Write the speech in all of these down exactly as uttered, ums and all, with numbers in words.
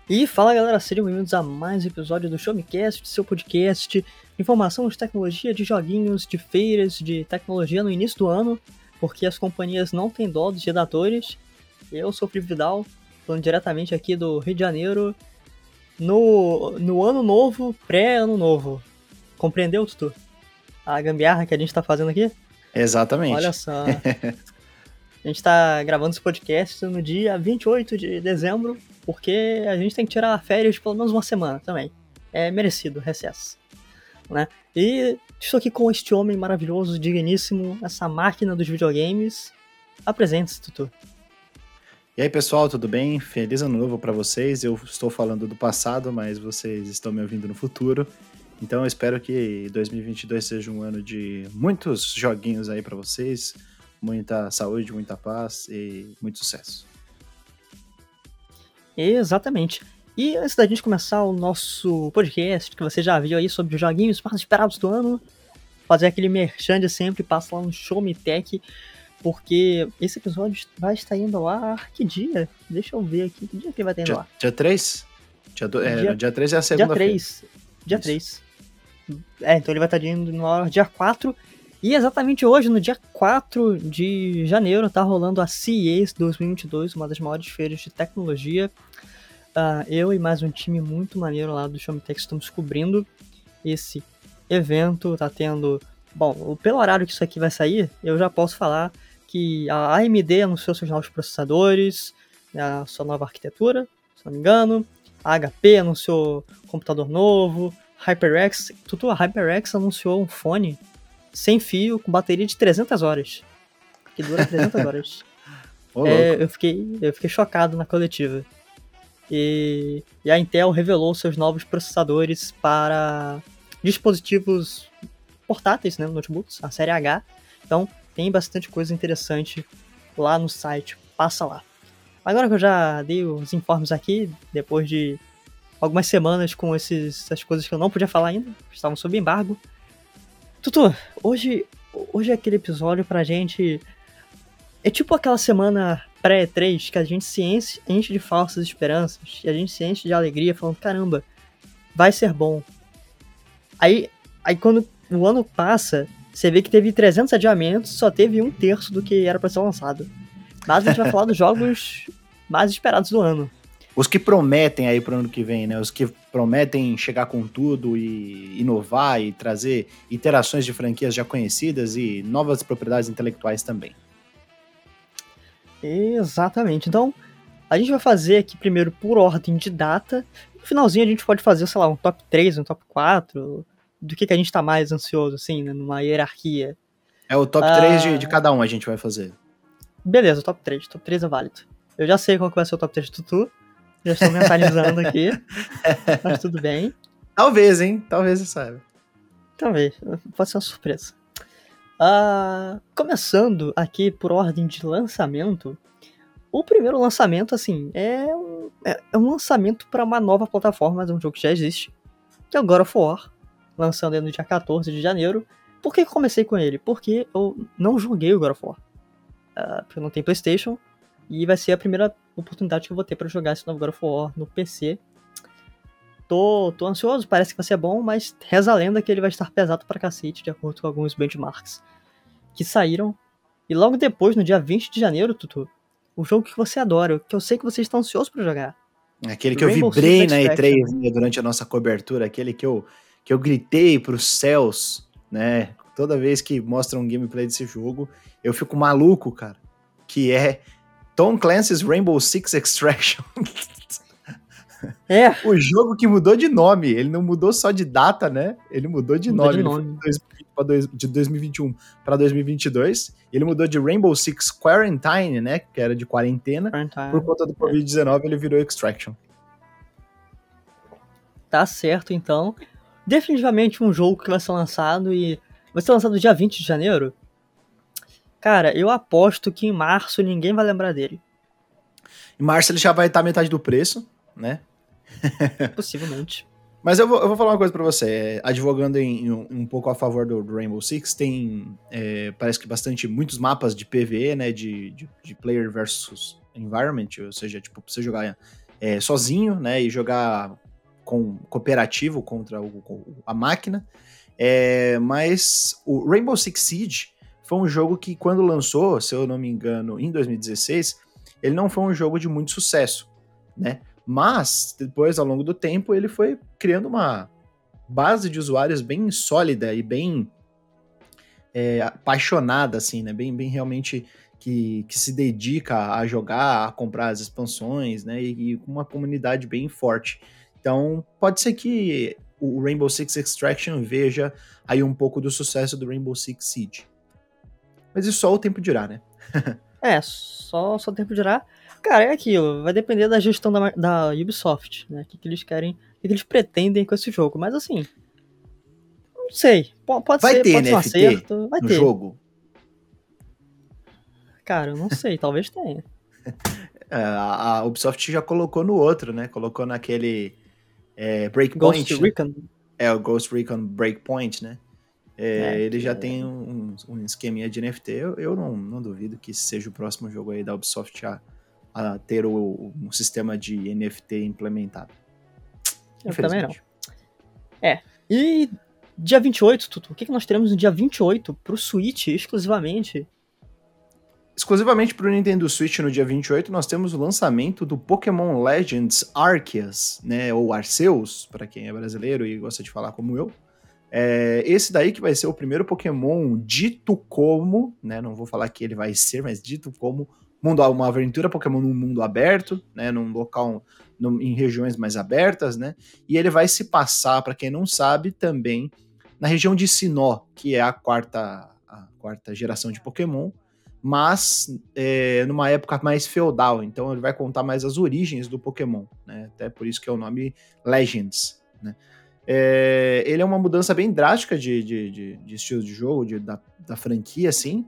E fala galera, sejam bem-vindos a mais um episódio do Show Me Cast, seu podcast, informação de tecnologia, de joguinhos, de feiras, de tecnologia no início do ano, porque as companhias não têm dó dos redatores. Eu sou o Felipe Vidal, falando diretamente aqui do Rio de Janeiro, no, no ano novo, pré-ano novo. Compreendeu, Tutu? A gambiarra que a gente tá fazendo aqui? Exatamente. Olha só. A gente tá gravando esse podcast no dia vinte e oito de dezembro, porque a gente tem que tirar férias de pelo menos uma semana também. É merecido, recesso. Né? E estou aqui com este homem maravilhoso, digníssimo, essa máquina dos videogames. Apresente-se, Tutu. E aí, pessoal, tudo bem? Feliz ano novo para vocês. Eu estou falando do passado, mas vocês estão me ouvindo no futuro. Então eu espero que dois mil e vinte e dois seja um ano de muitos joguinhos aí para vocês, muita saúde, muita paz e muito sucesso. Exatamente. E antes da gente começar o nosso podcast, que você já viu aí sobre os joguinhos mais esperados do ano, fazer aquele merchan de sempre, passa lá no Show Me Tech, porque esse episódio vai estar indo ao ar. Que dia? Deixa eu ver aqui. Que dia que ele vai estar indo ao ar? Dia três? Dia, do, é, dia, dia três é a segunda-feira. Dia três. Dia três. É, então ele vai estar indo no ar dia quatro. E exatamente hoje, no dia quatro de janeiro, tá rolando a C E S dois mil e vinte e dois, uma das maiores feiras de tecnologia. Uh, eu e mais um time muito maneiro lá do Show Me Tech estamos cobrindo esse evento. Tá tendo... Bom, pelo horário que isso aqui vai sair, eu já posso falar que a A M D anunciou seus novos processadores, a sua nova arquitetura, se não me engano. A H P anunciou computador novo. HyperX, Tutu, a HyperX anunciou um fone sem fio com bateria de trezentas horas, que dura trezentas horas. é, eu, fiquei, eu fiquei chocado na coletiva. E, e a Intel revelou seus novos processadores para dispositivos portáteis, né, notebooks, a série H. Então tem bastante coisa interessante lá no site, passa lá. Agora que eu já dei os informes aqui, depois de algumas semanas com esses, essas coisas que eu não podia falar ainda, estavam sob embargo. Tutu, hoje, hoje é aquele episódio pra gente... É tipo aquela semana pré-E três que a gente se enche, enche de falsas esperanças e a gente se enche de alegria falando, caramba, vai ser bom. Aí, aí quando o ano passa, você vê que teve trezentos adiamentos, só teve um terço do que era pra ser lançado. Mas a gente vai falar dos jogos mais esperados do ano. Os que prometem aí pro ano que vem, né? Os que prometem chegar com tudo e inovar e trazer iterações de franquias já conhecidas e novas propriedades intelectuais também. Exatamente. Então, a gente vai fazer aqui primeiro por ordem de data. No finalzinho a gente pode fazer, sei lá, um top três, um top quatro, do que, que a gente tá mais ansioso, assim, né, numa hierarquia. É o top ah... três de, de cada um a gente vai fazer. Beleza, top três. Top três é válido. Eu já sei qual que vai ser o top três do Tutu. Já estou mentalizando aqui. Mas tudo bem. Talvez, hein? Talvez você saiba. Talvez. Pode ser uma surpresa. Uh, começando aqui por ordem de lançamento. O primeiro lançamento, assim, é um, é, é um lançamento para uma nova plataforma de um jogo que já existe, que é o God of War, lançando aí no dia quatorze de janeiro. Por que eu comecei com ele? Porque eu não joguei o God of War. Uh, porque eu não tenho PlayStation. E vai ser a primeira oportunidade que eu vou ter pra jogar esse novo God of War no P C. Tô, tô ansioso, parece que vai ser bom, mas reza a lenda que ele vai estar pesado pra cacete, de acordo com alguns benchmarks que saíram. E logo depois, no dia vinte de janeiro, Tutu, o jogo que você adora, que eu sei que você está ansioso pra jogar. Aquele que Rainbow eu vibrei na E três, né, durante a nossa cobertura, aquele que eu, que eu gritei pros céus, né? Toda vez que mostra um gameplay desse jogo, eu fico maluco, cara. Que é Tom Clancy's Rainbow Six Extraction. É. O jogo que mudou de nome. Ele não mudou só de data, né? Ele mudou de mudou nome. De, nome. Ele foi de dois mil e vinte e um para dois mil e vinte e dois. Ele mudou de Rainbow Six Quarantine, né? Que era de quarentena. Quarantine. Por conta do covid dezenove, ele virou Extraction. Tá certo, então. Definitivamente um jogo que vai ser lançado e vai ser lançado dia vinte de janeiro. Cara, eu aposto que em março ninguém vai lembrar dele. Em março ele já vai estar metade do preço, né? Possivelmente. Mas eu vou, eu vou falar uma coisa pra você. Advogando em, em um, um pouco a favor do, do Rainbow Six, tem, é, parece que bastante, muitos mapas de P V E, né? De, de, de player versus environment, ou seja, tipo, pra você jogar é, sozinho, né, e jogar com cooperativo contra o, a máquina. É, mas o Rainbow Six Siege foi um jogo que, quando lançou, se eu não me engano, em dois mil e dezesseis, ele não foi um jogo de muito sucesso, né? Mas, depois, ao longo do tempo, ele foi criando uma base de usuários bem sólida e bem é, apaixonada, assim, né? Bem, bem realmente que, que se dedica a jogar, a comprar as expansões, né? E com uma comunidade bem forte. Então, pode ser que o Rainbow Six Extraction veja aí um pouco do sucesso do Rainbow Six Siege. Mas isso só o tempo dirá, né? É, só, só tempo dirá. Cara, é aquilo, vai depender da gestão da, da Ubisoft, né? O que, que eles querem, o que, que eles pretendem com esse jogo. Mas assim, não sei. P pode Vai ser, ter pode ser um N F T acerto, vai no ter. jogo? Cara, eu não sei, talvez tenha. É, a, a Ubisoft já colocou no outro, né? Colocou naquele é, Ghost Breakpoint, né? Recon, É o Ghost Recon Breakpoint, né? É, né? ele Que já é... tem um, um esqueminha de N F T. Eu, eu não, não duvido que seja o próximo jogo aí da Ubisoft a, a ter o, um sistema de N F T implementado. Eu também não. Infelizmente. É. E dia vinte e oito, Tutu, o que, que nós teremos no dia vinte e oito pro Switch exclusivamente? Exclusivamente para o Nintendo Switch no dia vinte e oito, nós temos o lançamento do Pokémon Legends Arceus, né? Ou Arceus, para quem é brasileiro e gosta de falar como eu. É, esse daí que vai ser o primeiro Pokémon dito como, né? Não vou falar que ele vai ser, mas dito como mundo, uma aventura Pokémon num mundo aberto, né? Num local, num, em regiões mais abertas, né? E ele vai se passar, para quem não sabe, também na região de Sinnoh, que é a quarta, a quarta geração de Pokémon, mas é, numa época mais feudal. Então ele vai contar mais as origens do Pokémon, né? Até por isso que é o nome Legends, né? É, ele é uma mudança bem drástica de, de, de, de estilo de jogo, de, da, da franquia, assim.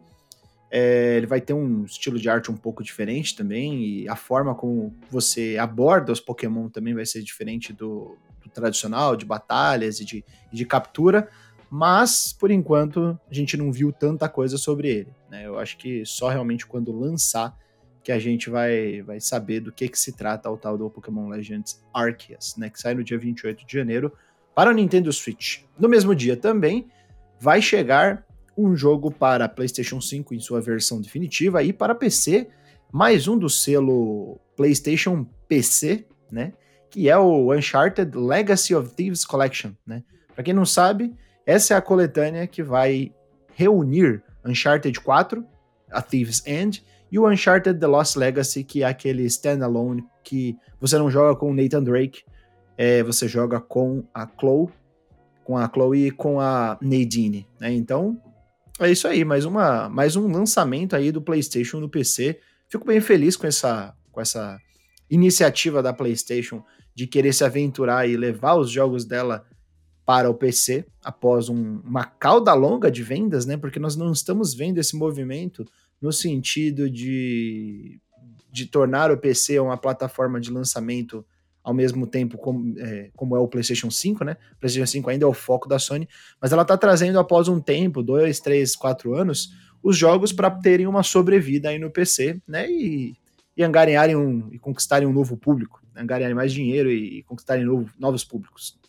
É, ele vai ter um estilo de arte um pouco diferente também, e a forma como você aborda os Pokémon também vai ser diferente do, do tradicional, de batalhas e de, de captura, mas, por enquanto, a gente não viu tanta coisa sobre ele, né? Eu acho que só realmente quando lançar que a gente vai, vai saber do que, que se trata o tal do Pokémon Legends Arceus, né? Que sai no dia vinte e oito de janeiro, para o Nintendo Switch. No mesmo dia também vai chegar um jogo para PlayStation cinco em sua versão definitiva e para P C, mais um do selo PlayStation P C, né? Que é o Uncharted Legacy of Thieves Collection, né? Para quem não sabe, essa é a coletânea que vai reunir Uncharted quatro, A Thief's End, e o Uncharted The Lost Legacy, que é aquele standalone que você não joga com o Nathan Drake, é, você joga com a Chloe, com a Chloe e com a Nadine, né? Então, é isso aí, mais, uma, mais um lançamento aí do PlayStation no P C. Fico bem feliz com essa, com essa iniciativa da PlayStation de querer se aventurar e levar os jogos dela para o P C após um, uma cauda longa de vendas, né? Porque nós não estamos vendo esse movimento no sentido de, de tornar o P C uma plataforma de lançamento ao mesmo tempo como é, como é o PlayStation cinco, né? O PlayStation cinco ainda é o foco da Sony, mas ela está trazendo após um tempo, dois, três, quatro anos, os jogos para terem uma sobrevida aí no P C, né? E, e angariarem um, e conquistarem um novo público, né? Angariarem mais dinheiro e, e conquistarem novo, novos públicos.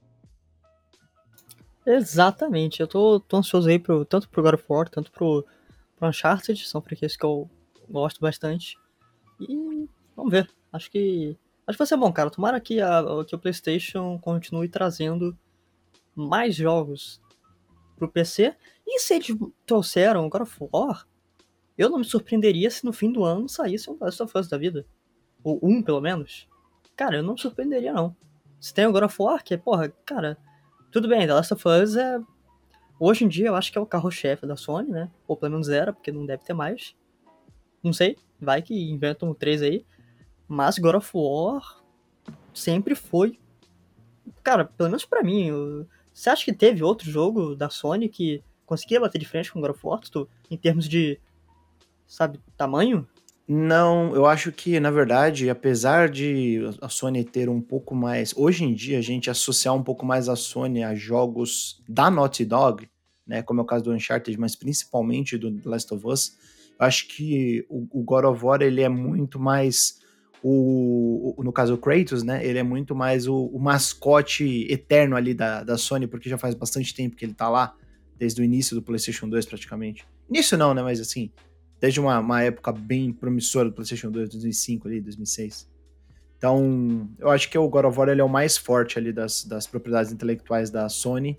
Exatamente, eu tô, tô ansioso aí pro, tanto pro God of War, tanto pro, pro Uncharted, são franquias que eu gosto bastante. E vamos ver, acho que acho que vai ser bom, cara. Tomara que, a, que o PlayStation continue trazendo mais jogos pro P C. E se eles trouxeram God of War, eu não me surpreenderia se no fim do ano saísse um Last of Us da vida. Ou um, pelo menos. Cara, eu não me surpreenderia, não. Se tem o God of War, que, porra, cara, tudo bem, The Last of Us é... Hoje em dia eu acho que é o carro-chefe da Sony, né? Ou pelo menos era, porque não deve ter mais. Não sei, vai que inventam o três aí. Mas God of War sempre foi... Cara, pelo menos pra mim, eu... você acha que teve outro jogo da Sony que conseguia bater de frente com God of War, tu, em termos de, sabe, tamanho? Não, eu acho que, na verdade, apesar de a Sony ter um pouco mais. Hoje em dia, a gente associar um pouco mais a Sony a jogos da Naughty Dog, né? Como é o caso do Uncharted, mas principalmente do The Last of Us. Eu acho que o, o God of War ele é muito mais o, o- no caso o Kratos, né, ele é muito mais o, o mascote eterno ali da, da Sony, porque já faz bastante tempo que ele tá lá, desde o início do PlayStation dois praticamente. Início não, né, mas assim, desde uma, uma época bem promissora do PlayStation dois, dois mil e cinco ali, dois mil e seis. Então, eu acho que o God of War ele é o mais forte ali das, das propriedades intelectuais da Sony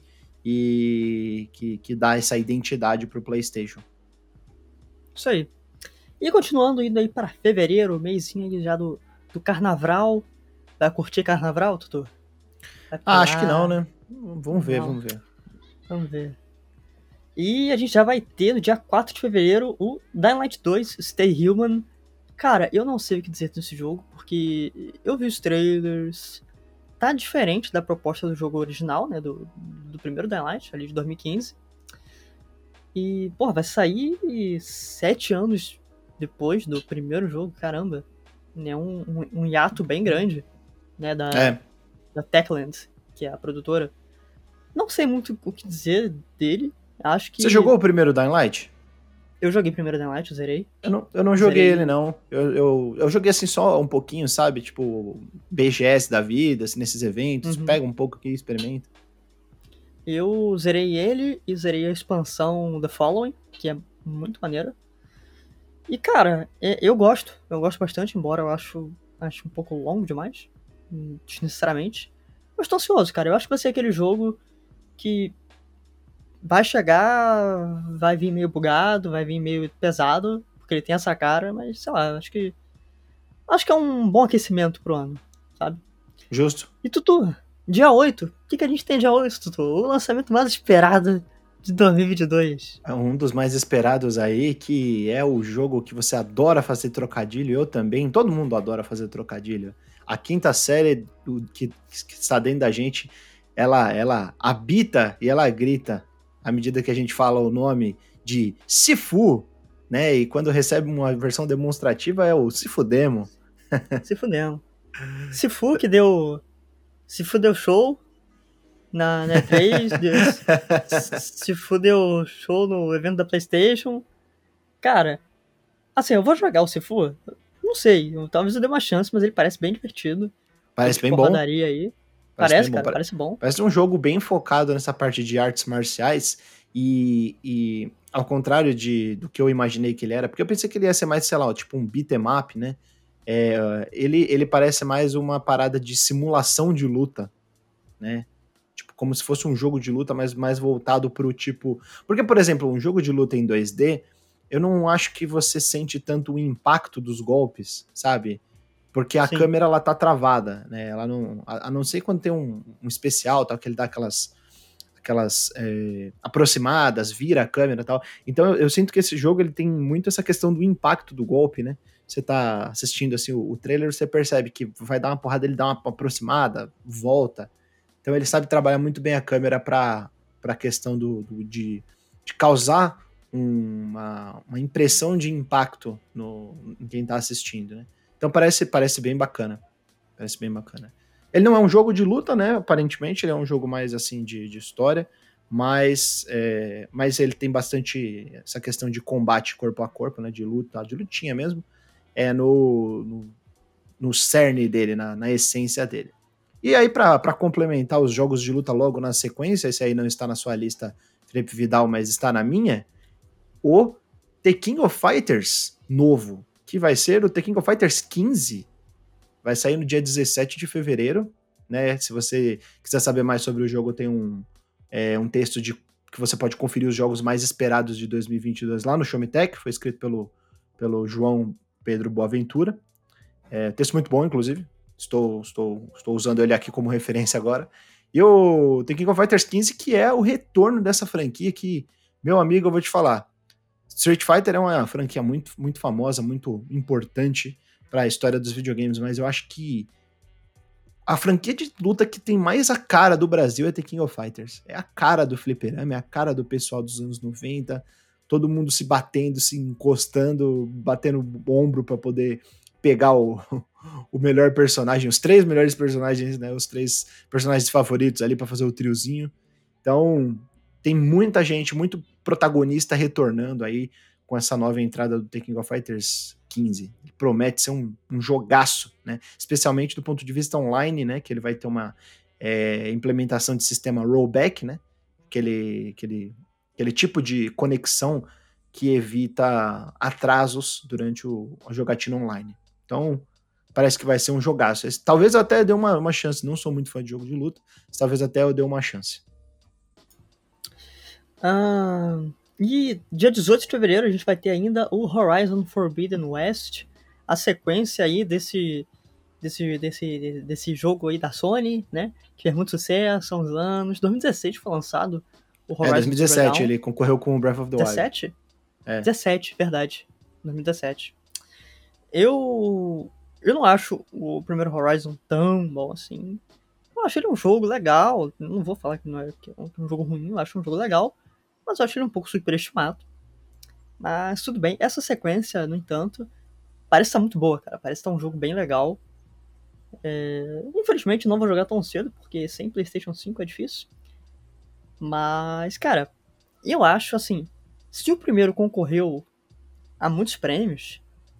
e que, que dá essa identidade pro PlayStation. Isso aí. E continuando, indo aí para fevereiro, mêsinho aí já do, do carnaval. Vai curtir carnaval, Tutu? Vai Ah, acho que não, pular? né? Vamos ver, Não, vamos ver. vamos ver. E a gente já vai ter no dia quatro de fevereiro o Dying Light dois Stay Human. Cara, eu não sei o que dizer desse jogo, porque eu vi os trailers. Tá diferente da proposta do jogo original, né? Do, do primeiro Dying Light, ali de dois mil e quinze. E, porra, vai sair sete anos depois do primeiro jogo, caramba. É um, um, um hiato bem grande, né? Da, É, da Techland, que é a produtora. Não sei muito o que dizer dele. Acho você que jogou o primeiro Dying Light? eu joguei primeiro Dying Light, eu zerei. Eu não, eu não joguei ele, Zerei. não. Eu, eu, eu joguei assim só um pouquinho, sabe? Tipo, B G S da vida, assim, nesses eventos. Uhum. Pega um pouco aqui e experimenta. Eu zerei ele e zerei a expansão The Following, que é muito maneira. E, cara, é- eu gosto. Eu gosto bastante, embora eu acho, acho um pouco longo demais. hum, Desnecessariamente. Mas tô ansioso, cara. Eu acho que vai ser aquele jogo que vai chegar, vai vir meio bugado, vai vir meio pesado, porque ele tem essa cara, mas sei lá, acho que. Acho que é um bom aquecimento pro ano, sabe? Justo. E Tutu, dia oito, o que, que a gente tem dia oito, Tutu? O lançamento mais esperado de dois mil e vinte e dois. É um dos mais esperados aí, que é o jogo que você adora fazer trocadilho, eu também, todo mundo adora fazer trocadilho. A quinta série do- que, que está dentro da gente, ela, ela habita e ela grita à medida que a gente fala o nome de Sifu, né? E quando recebe uma versão demonstrativa é o Sifudemo. Se fudemos. Sifu que deu. Sifu deu show na, na E três, deu, Sifu deu show no evento da PlayStation. Cara, assim, eu vou jogar o Sifu? Não sei, eu- talvez eu dê uma chance, mas ele parece bem divertido. Jogo Parece de bem bom, porradaria aí. parece bem Parece, bom. cara, Pare- parece bom. Parece um jogo bem focado nessa parte de artes marciais e, e ao contrário de, do que eu imaginei que ele era, porque eu pensei que ele ia ser mais, sei lá, tipo um beat 'em up, né? É, ele, ele parece mais uma parada de simulação de luta, né? Tipo, como se fosse um jogo de luta, mas mais voltado pro tipo... Porque, por exemplo, um jogo de luta em dois D, eu não acho que você sente tanto o impacto dos golpes, sabe? Porque a Sim. câmera ela tá travada, né? Ela não, a, a não ser quando tem um, um especial, tal, que ele dá aquelas aquelas é, aproximadas, vira a câmera e tal. Então eu, eu sinto que esse jogo ele tem muito essa questão do impacto do golpe, né? Você tá assistindo assim o, o trailer, você percebe que vai dar uma porrada, ele dá uma aproximada, volta. Então ele sabe trabalhar muito bem a câmera para a questão do, do de, de causar uma, uma impressão de impacto no, em quem tá assistindo, né? Então parece, parece bem bacana. Parece bem bacana. Ele não é um jogo de luta, né? Aparentemente, ele é um jogo mais assim de, de história, mas, é, mas ele tem bastante essa questão de combate corpo a corpo, né? De luta, de lutinha mesmo. É no, no, no cerne dele, na, na essência dele. E aí, para complementar os jogos de luta logo na sequência, esse aí não está na sua lista, Felipe Vidal, mas está na minha, o The King of Fighters novo, que vai ser o The King of Fighters quinze. Vai sair no dia dezessete de fevereiro, né? Se você quiser saber mais sobre o jogo, tem um, é, um texto de que você pode conferir os jogos mais esperados de dois mil e vinte e dois lá no Show Me Tech, foi escrito pelo, pelo João Pedro Boaventura. É, texto muito bom, inclusive. Estou, estou, estou usando ele aqui como referência agora. E o The King of Fighters quinze, que é o retorno dessa franquia que, meu amigo, eu vou te falar. Street Fighter é uma franquia muito, muito famosa, muito importante para a história dos videogames, mas eu acho que a franquia de luta que tem mais a cara do Brasil é The King of Fighters. É a cara do fliperama, é a cara do pessoal dos anos noventa, todo mundo se batendo, se encostando, batendo o ombro para poder pegar o, o melhor personagem, os três melhores personagens, né, os três personagens favoritos ali para fazer o triozinho. Então, tem muita gente, muito protagonista retornando aí com essa nova entrada do The King of Fighters quinze. Ele promete ser um, um jogaço, né? Especialmente do ponto de vista online, né? Que ele vai ter uma é, implementação de sistema rollback, né? Aquele, aquele, aquele tipo de conexão que evita atrasos durante o, a jogatina online. Então, parece que vai ser um jogaço. Esse, talvez eu até dê uma, uma chance. Não sou muito fã de jogo de luta, mas talvez até eu dê uma chance. Ah, e dia dezoito de fevereiro a gente vai ter ainda o Horizon Forbidden West, a sequência aí desse, desse, desse, desse jogo aí da Sony, né? Que fez muito sucesso há uns anos. dois mil e dezesseis foi lançado o Horizon É, dois mil e dezessete, Zero Dawn. ele concorreu com o Breath of the Wild. dezessete? É. dezessete, verdade. dois mil e dezessete. Eu, eu não acho o primeiro Horizon tão bom assim. Eu acho ele um jogo legal. Não vou falar que não é, que é um jogo ruim, eu acho um jogo legal. Mas eu acho ele um pouco superestimado. Mas tudo bem. Essa sequência, no entanto, parece estar muito boa, cara. Parece estar um jogo bem legal. É... Infelizmente não vou jogar tão cedo, porque sem PlayStation cinco é difícil. Mas, cara, eu acho assim, se o primeiro concorreu a muitos prêmios,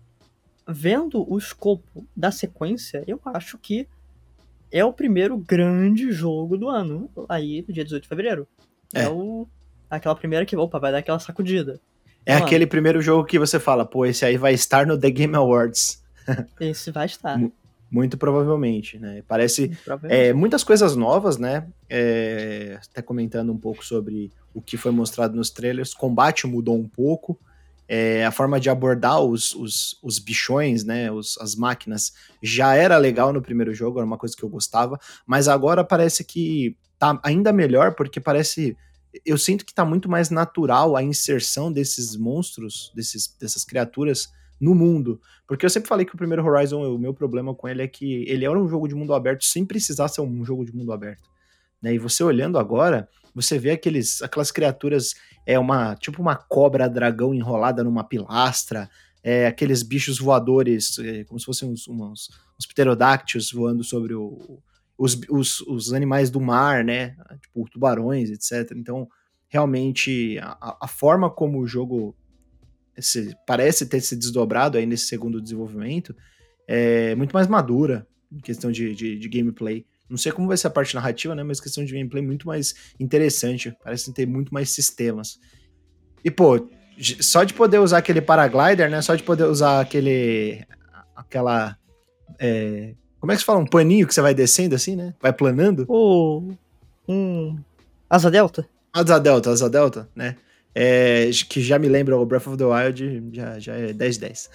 vendo o escopo da sequência, eu acho que é o primeiro grande jogo do ano, aí no dia dezoito de fevereiro. É, É. o aquela primeira que, opa, vai dar aquela sacudida. É Mano, aquele primeiro jogo que você fala, pô, esse aí vai estar no The Game Awards. esse vai estar. M- Muito provavelmente, né? Parece Provavelmente. é, muitas coisas novas, né? É, até comentando um pouco sobre o que foi mostrado nos trailers. Combate mudou um pouco. É, a forma de abordar os, os, os bichões, né? Os, as máquinas já era legal no primeiro jogo, era uma coisa que eu gostava. Mas agora parece que tá ainda melhor, porque parece. Eu sinto que tá muito mais natural a inserção desses monstros, desses, dessas criaturas no mundo. Porque eu sempre falei que o primeiro Horizon, o meu problema com ele é que ele era um jogo de mundo aberto sem precisar ser um jogo de mundo aberto. Né? E você olhando agora, você vê aqueles, aquelas criaturas, é uma tipo uma cobra dragão enrolada numa pilastra, é, aqueles bichos voadores, é, como se fossem uns, uns, uns pterodáctilos voando sobre o, os, os, os animais do mar, né? Tipo tubarões, etcétera. Então, realmente, a, a forma como o jogo esse, parece ter se desdobrado aí nesse segundo desenvolvimento, é muito mais madura em questão de, de, de gameplay. Não sei como vai ser a parte narrativa, né? Mas questão de gameplay muito mais interessante. Parece ter muito mais sistemas. E, pô, só de poder usar aquele paraglider, né? Só de poder usar aquele. Aquela. É, como é que se fala? Um paninho que você vai descendo assim, né? Vai planando. Ou um Asa Delta? Asa Delta, Asa Delta, né? É, que já me lembra o Breath of the Wild, já, já é dez dez.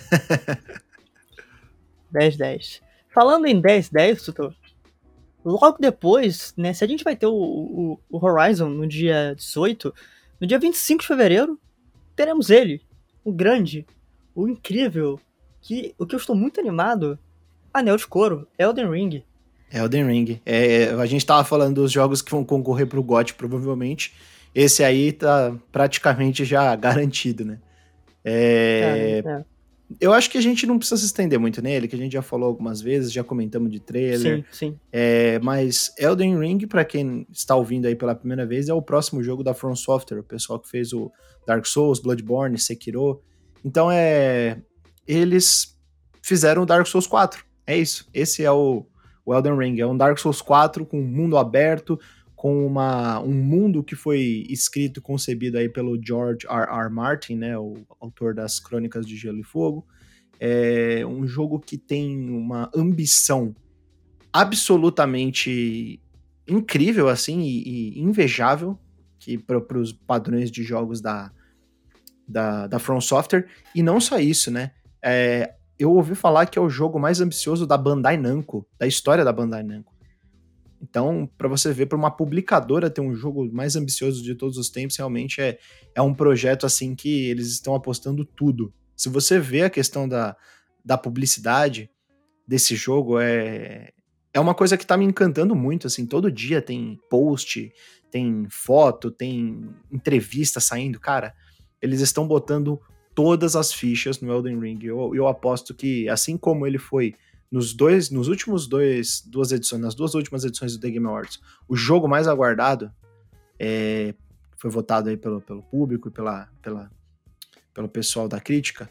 dez dez. Falando em dez dez, Tutor, logo depois, né, se a gente vai ter o, o, o Horizon no dia dezoito, no dia vinte e cinco de fevereiro, teremos ele, o grande, o incrível, que, o que eu estou muito animado, Anel de Couro, Elden Ring. Elden Ring. É, a gente tava falando dos jogos que vão concorrer pro G O T Y, provavelmente. Esse aí tá praticamente já garantido, né? É, Cara, é. Eu acho que a gente não precisa se estender muito nele, que a gente já falou algumas vezes, já comentamos de trailer. Sim, sim. É, mas Elden Ring, pra quem está ouvindo aí pela primeira vez, é o próximo jogo da From Software, o pessoal que fez o Dark Souls, Bloodborne, Sekiro. Então é... Eles fizeram o Dark Souls quatro. É isso. Esse é o, o Elden Ring. É um Dark Souls quatro com mundo aberto, com uma, um mundo que foi escrito e concebido aí pelo George R. R. Martin, né, o autor das Crônicas de Gelo e Fogo. É um jogo que tem uma ambição absolutamente incrível, assim, e, e invejável que para os padrões de jogos da, da, da From Software. E não só isso, né? É, eu ouvi falar que é o jogo mais ambicioso da Bandai Namco, da história da Bandai Namco. Então, para você ver, para uma publicadora ter um jogo mais ambicioso de todos os tempos, realmente é, é um projeto assim que eles estão apostando tudo. Se você vê a questão da, da publicidade desse jogo, é, é uma coisa que tá me encantando muito, assim, todo dia tem post, tem foto, tem entrevista saindo, cara, eles estão botando todas as fichas no Elden Ring. Eu, eu aposto que, assim como ele foi nos dois, nos últimos dois, duas edições, nas duas últimas edições do The Game Awards, o jogo mais aguardado é, foi votado aí pelo, pelo público e pela, pela, pelo pessoal da crítica,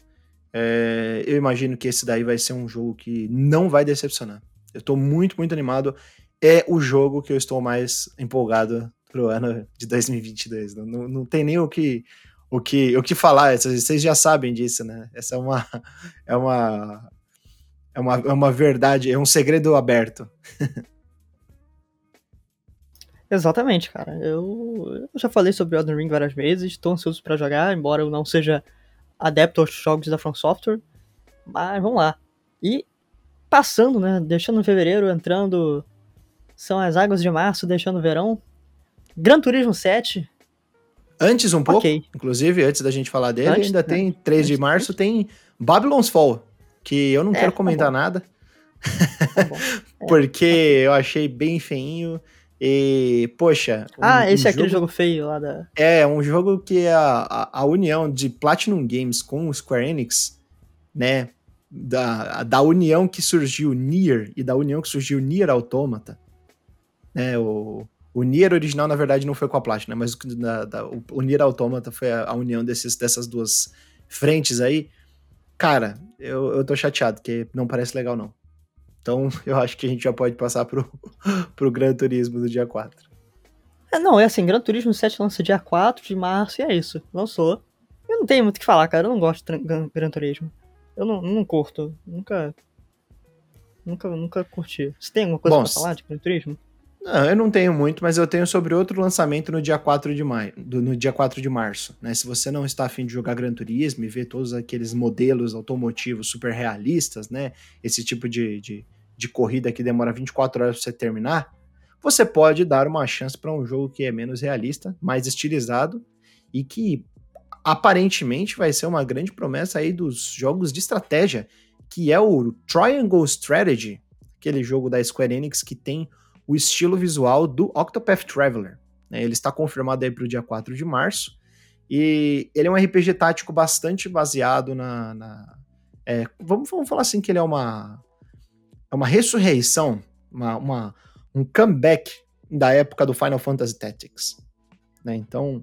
É, eu imagino que esse daí vai ser um jogo que não vai decepcionar. Eu tô muito, muito animado. É o jogo que eu estou mais empolgado pro ano de dois mil e vinte e dois. Não, não, não tem nem o que, o que, o que falar. Vocês já sabem disso, né? Essa é uma, é uma, é uma, é uma verdade, é um segredo aberto. Exatamente, cara. Eu, eu já falei sobre Elden Ring várias vezes, tô ansioso pra jogar, embora eu não seja adepto aos jogos da From Software. Mas vamos lá. E passando, né? Deixando fevereiro, entrando. São as águas de março, deixando o verão. Gran Turismo sete. Antes um pouco, Ok. inclusive, antes da gente falar dele, Antes, ainda né? tem três de Antes, março, antes. tem Babylon's Fall, que eu não É, quero tá comentar bom. nada, Tá bom. É, porque ok. eu achei bem feinho. E, poxa, um, Ah, um esse é aquele jogo. jogo feio lá da. É, um jogo que a, a, a união de Platinum Games com o Square Enix, né? Da, da união que surgiu Nier e da união que surgiu Nier Automata, né? O, o Nier original, na verdade, não foi com a Platinum, né? Mas o, da, da, o, o Nier Automata foi a, a união desses, dessas duas frentes aí. Cara, eu, eu tô chateado, porque não parece legal, não. Então, eu acho que a gente já pode passar pro, pro Gran Turismo do dia quatro. É, não, é assim, Gran Turismo sete lança dia quatro de março e é isso. Lançou. Eu não tenho muito o que falar, cara. Eu não gosto de Gran, Gran Turismo. Eu não, não curto. Nunca. Nunca, nunca curti. Você tem alguma coisa Bom, pra falar de Gran Turismo? não, eu não tenho muito, mas eu tenho sobre outro lançamento no dia quatro de maio, do, no dia quatro de março, né? Se você não está afim de jogar Gran Turismo e ver todos aqueles modelos automotivos super realistas, né? Esse tipo de, de, de corrida que demora vinte e quatro horas para você terminar, você pode dar uma chance para um jogo que é menos realista, mais estilizado e que aparentemente vai ser uma grande promessa aí dos jogos de estratégia, que é o Triangle Strategy, aquele jogo da Square Enix que tem o estilo visual do Octopath Traveler. Né? Ele está confirmado aí para o dia quatro de março, e ele é um R P G tático bastante baseado na... na é, vamos, vamos falar assim que ele é uma, é uma ressurreição, uma, uma, um comeback da época do Final Fantasy Tactics. Né? Então,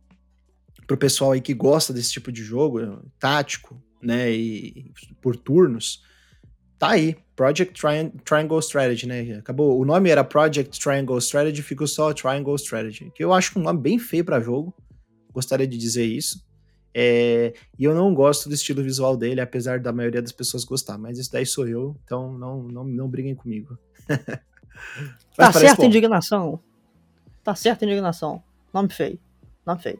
pro pessoal aí que gosta desse tipo de jogo, tático, né, e por turnos, tá aí, Project Tri- Triangle Strategy, né, acabou, o nome era Project Triangle Strategy, ficou só Triangle Strategy, que eu acho um nome bem feio pra jogo, gostaria de dizer isso, é, e eu não gosto do estilo visual dele, apesar da maioria das pessoas gostar, mas isso daí sou eu, então não, não, não briguem comigo. Mas Tá parece certa a bom. indignação. Tá certa a indignação. Nome feio. Nome feio.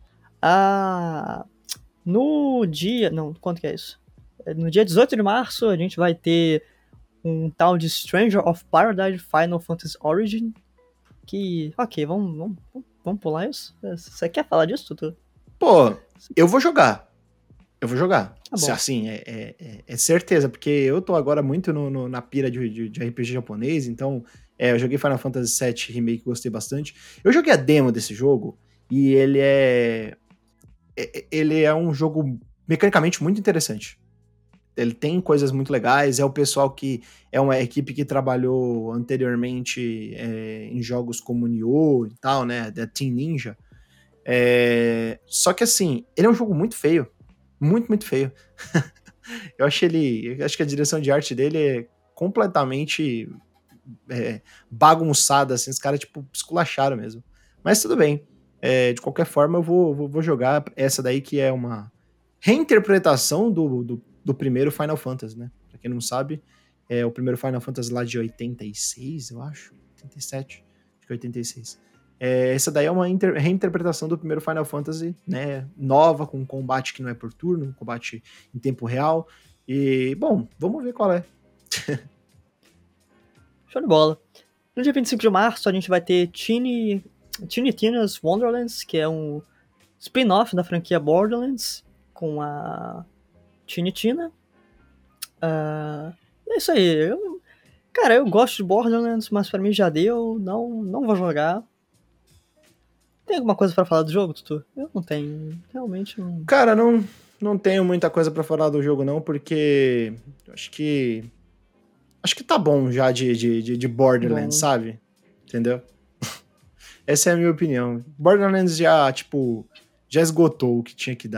Ah, no dia. Não, quanto que é isso? No dia dezoito de março, a gente vai ter um tal de Stranger of Paradise Final Fantasy Origin. Que. Ok, vamos, vamos, vamos pular isso? Você quer falar disso, Tutu? Pô, eu vou jogar. Eu vou jogar. Tá bom. Assim, é, é, é, é certeza, porque eu tô agora muito no, no, na pira de, de, de R P G japonês, então é, eu joguei Final Fantasy sete Remake, gostei bastante. Eu joguei a demo desse jogo e ele é, é ele é um jogo mecanicamente muito interessante. Ele tem coisas muito legais, é o pessoal que é uma equipe que trabalhou anteriormente é, em jogos como Nioh e tal, né, da Team Ninja. É, só que assim, ele é um jogo muito feio. Muito, muito feio. Eu acho ele. Eu acho que a direção de arte dele é completamente é, bagunçada, assim. Os caras, tipo, esculacharam mesmo. Mas tudo bem. É, de qualquer forma, eu vou, vou, vou jogar essa daí, que é uma reinterpretação do, do, do primeiro Final Fantasy, né? Pra quem não sabe, é o primeiro Final Fantasy lá de oitenta e seis, eu acho. oitenta e sete. Acho que é oitenta e seis. É, essa daí é uma inter- reinterpretação do primeiro Final Fantasy, né? Nova, com um combate que não é por turno, um combate em tempo real. E, bom, vamos ver qual é. Show de bola. No dia vinte e cinco de março, a gente vai ter Tiny, Tiny Tina's Wonderlands, que é um spin-off da franquia Borderlands, com a Tiny Tina. Uh, é isso aí. Eu, cara, eu gosto de Borderlands, mas pra mim já deu. Não, não vou jogar. Tem alguma coisa pra falar do jogo, Tutu? Eu não tenho. Realmente não. Cara, não, não tenho muita coisa pra falar do jogo, não, porque eu acho que. Acho que tá bom já de, de, de Borderlands, Bom. sabe? Entendeu? Essa é a minha opinião. Borderlands já, tipo, já esgotou o que tinha que dar.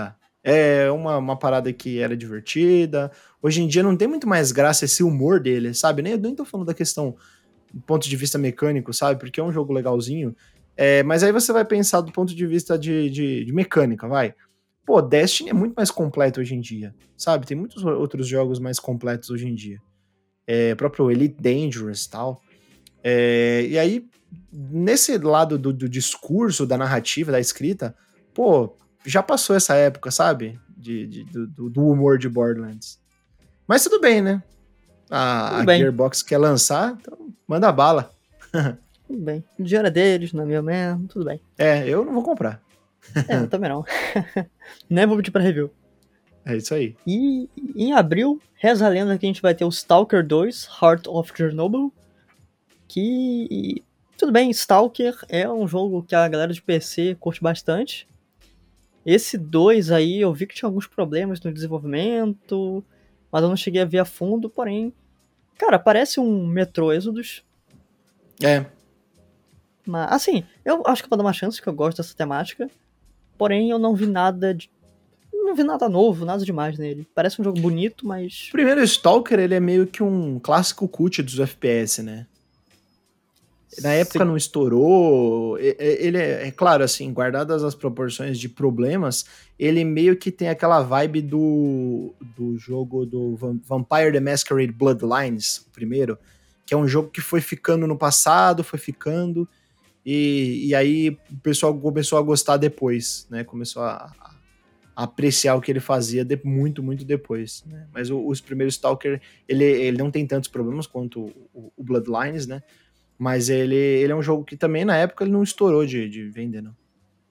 É uma, uma parada que era divertida. Hoje em dia não tem muito mais graça esse humor dele, sabe? Nem, eu nem tô falando da questão do ponto de vista mecânico, sabe? Porque é um jogo legalzinho. É, mas aí você vai pensar do ponto de vista de, de, de mecânica, vai. Pô, Destiny é muito mais completo hoje em dia, sabe? Tem muitos outros jogos mais completos hoje em dia. É, próprio Elite Dangerous e tal. É, e aí, nesse lado do, do discurso, da narrativa, da escrita, pô, já passou essa época, sabe? De, de- do, do humor de Borderlands. Mas tudo bem, né? A, Tudo a bem, Gearbox quer lançar, então manda bala. tudo bem. O dinheiro é deles, não é meu mesmo, tudo bem. É, eu não vou comprar. É, eu também não. Nem vou pedir pra review. É isso aí. E em abril, reza a lenda que a gente vai ter o Stalker dois, Heart of Chernobyl, que... Tudo bem, Stalker é um jogo que a galera de P C curte bastante. Esse dois aí, eu vi que tinha alguns problemas no desenvolvimento, mas eu não cheguei a ver a fundo, porém... Cara, parece um Metro Exodus, É, mas, assim, eu acho que eu vou dar uma chance, que eu gosto dessa temática, porém eu não vi nada de... Não vi nada novo, nada demais nele. Parece um jogo bonito, mas... primeiro, Stalker, ele é meio que um clássico cult dos F P S, né? Na época Sim. não estourou, e- e- ele é, é claro, assim, guardadas as proporções de problemas, ele meio que tem aquela vibe do, do jogo do Vam- Vampire the Masquerade Bloodlines, o primeiro, que é um jogo que foi ficando no passado, foi ficando, e, e aí o pessoal começou a gostar depois, né? Começou a, a apreciar o que ele fazia de- muito, muito depois, né? Mas o- os primeiros Stalker, ele, ele não tem tantos problemas quanto o, o Bloodlines, né? Mas ele, ele é um jogo que também, na época, ele não estourou de, de vender, não.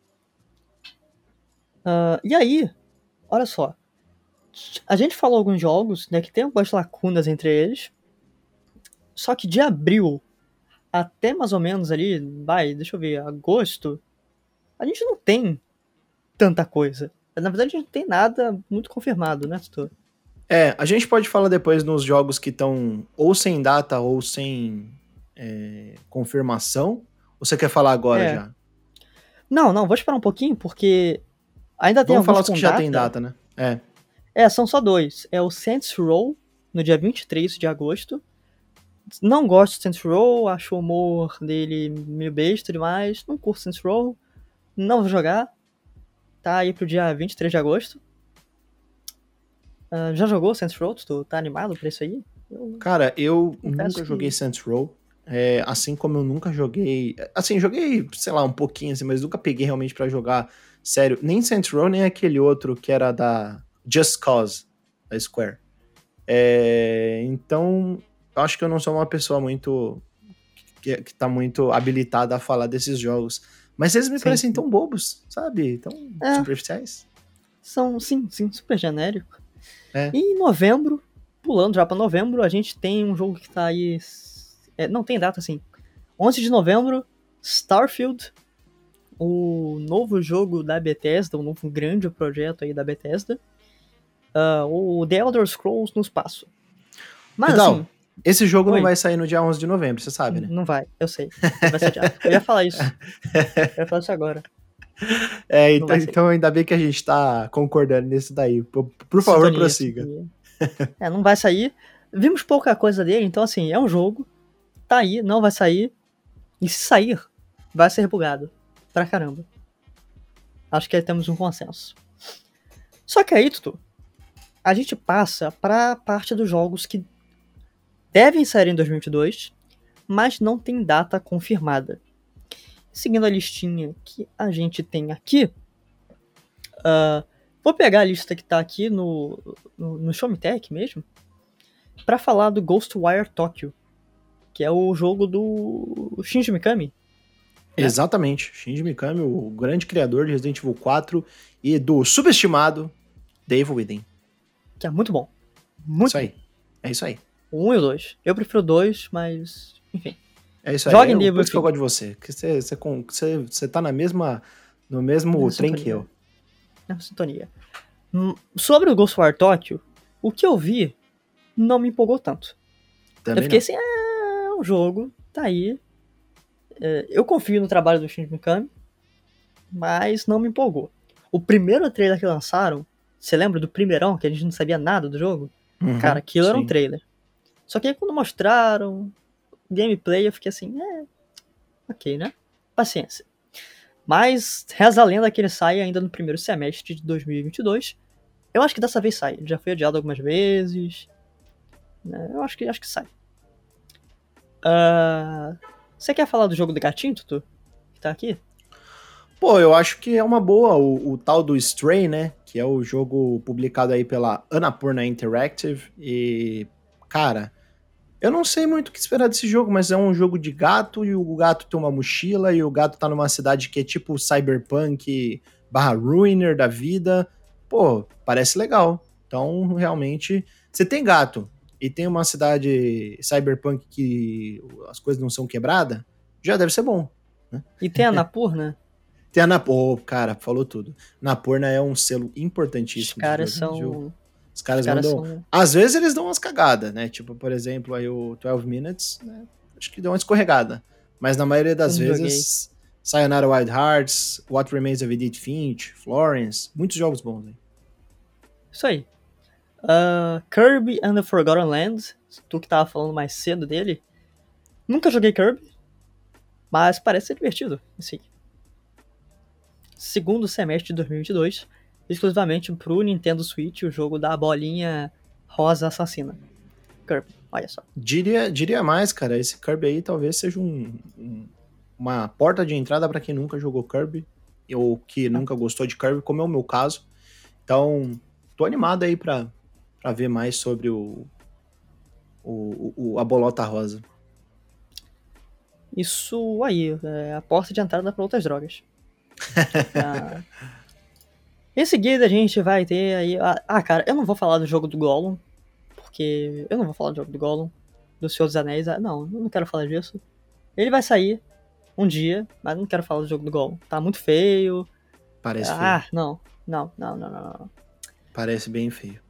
Ah, e aí, olha só. A gente falou alguns jogos, né, que tem algumas lacunas entre eles. Só que de abril até mais ou menos ali, vai, deixa eu ver, agosto, a gente não tem tanta coisa. Na verdade, a gente não tem nada muito confirmado, né, Tutor? É, a gente pode falar depois nos jogos que estão ou sem data ou sem é, confirmação. Ou você quer falar agora É. já? Não, não, vou esperar um pouquinho, porque ainda tem Vamos falar alguns os que com já tem data. data, né? É. É, são só dois. É o Saints Row, no dia vinte e três de agosto. Não gosto de Saints Row, acho o humor dele meio besta demais. Não curto Saints Row, não vou jogar. Tá aí pro dia vinte e três de agosto. Ah, já jogou Saints Row? Tu tá animado pra isso aí? Eu Cara, eu confesso nunca joguei que... Saints Row. É, assim como eu nunca joguei. Assim, joguei, sei lá, um pouquinho, assim, mas nunca peguei realmente pra jogar sério. Nem Saints Row, nem aquele outro que era da Just Cause, da Square. É, então, eu acho que eu não sou uma pessoa muito. Que, que tá muito habilitada a falar desses jogos. Mas eles me Sim, parecem sim. tão bobos, sabe? Tão É, superficiais. são, sim, sim, super genérico. É. E em novembro, pulando já pra novembro, a gente tem um jogo que tá aí... é, não tem data, assim. onze de novembro, Starfield, o novo jogo da Bethesda, o novo grande projeto aí da Bethesda. Ah, o The Elder Scrolls no espaço. Mas assim, Vidal, esse jogo não oi, vai sair no dia onze de novembro, você sabe, né? não vai, eu sei. Ele vai ser adiado. Eu ia falar isso. Eu ia falar isso agora. É, Não então, vai sair. então ainda bem que a gente tá concordando nisso daí. Por, por favor, Sintonia, prossiga. sintonia. É, não vai sair. Vimos pouca coisa dele, então assim, é um jogo. Tá aí, não vai sair. E se sair, vai ser rebugado. Pra caramba. Acho que aí temos um consenso. Só que aí, Tutu, a gente passa pra parte dos jogos que devem sair em dois mil e vinte e dois, mas não tem data confirmada. Seguindo a listinha que a gente tem aqui, uh, vou pegar a lista que tá aqui no, no, no Show Me Tech mesmo, pra falar do Ghostwire Tokyo, que é o jogo do Shinji Mikami, né? Exatamente. Shinji Mikami, o grande criador de Resident Evil quatro e do subestimado The Evil Within. Que é muito bom. Isso Muito bom. aí. É isso aí. O um e o dois. Eu prefiro o dois, mas... Enfim. É isso aí. Joguem É The por Evil isso que eu Within. gosto de você. Que você, você, com- você, você tá na mesma, no mesmo Na trem que sintonia. eu. Na sintonia. Hum, Sobre o Ghostwire Tokyo, o que eu vi não me empolgou tanto. Também Eu fiquei não. assim, é um jogo, tá aí. É, eu confio no trabalho do Shinji Mikami, mas não me empolgou. O primeiro trailer que lançaram Você lembra do primeirão, que a gente não sabia nada do jogo? Uhum, Cara, aquilo era um sim. trailer. Só que aí quando mostraram gameplay, eu fiquei assim, é, ok, né? Paciência. Mas reza a lenda que ele sai ainda no primeiro semestre de dois mil e vinte e dois. Eu acho que dessa vez sai. Ele já foi adiado algumas vezes. Né? Eu acho que, acho que sai. Uh, você quer falar do jogo do gatinho, Tutu? Que tá aqui? Pô, eu acho que é uma boa o, o tal do Stray, né? Que é o jogo publicado aí pela Annapurna Interactive. E, cara, eu não sei muito o que esperar desse jogo, mas é um jogo de gato e o gato tem uma mochila e o gato tá numa cidade que é tipo cyberpunk barra ruiner da vida. Pô, parece legal. Então, realmente, você tem gato e tem uma cidade cyberpunk que as coisas não são quebradas, já deve ser bom, né? E tem a Napurna. Tem a Napurna, oh, cara, falou tudo. Napurna é um selo Os importantíssimo de caras videogame. Viu? são. Os Os caras caras mandam. são. Às vezes eles dão umas cagadas, né? Tipo, por exemplo, aí o doze Minutes, né? Acho que deu uma escorregada. Mas na maioria Eu das não joguei. vezes, Sayonara Wild Hearts, What Remains of Edith Finch, Florence, muitos jogos bons, hein? Isso aí. Uh, Kirby and the Forgotten Lands. Tu que tava falando mais cedo dele. Nunca joguei Kirby. Mas parece ser divertido. Assim. Segundo semestre de dois mil e vinte e dois. Exclusivamente pro Nintendo Switch. O jogo da bolinha rosa assassina. Kirby. Olha só. Diria, diria mais, cara. Esse Kirby aí talvez seja um, um, uma porta de entrada para quem nunca jogou Kirby. Ou que nunca gostou de Kirby, como é o meu caso. Então, tô animado aí pra, pra ver mais sobre o, o, o, a bolota rosa. Isso aí. É a porta de entrada para outras drogas. ah. Em seguida a gente vai ter aí... Ah, cara, eu não vou falar do jogo do Gollum. Porque eu não vou falar do jogo do Gollum. Do Senhor dos Anéis. Não, eu não quero falar disso. Ele vai sair um dia, mas não quero falar do jogo do Gollum. Tá muito feio. Parece Ah, feio. não. Não, não, não, não, não. Parece bem feio.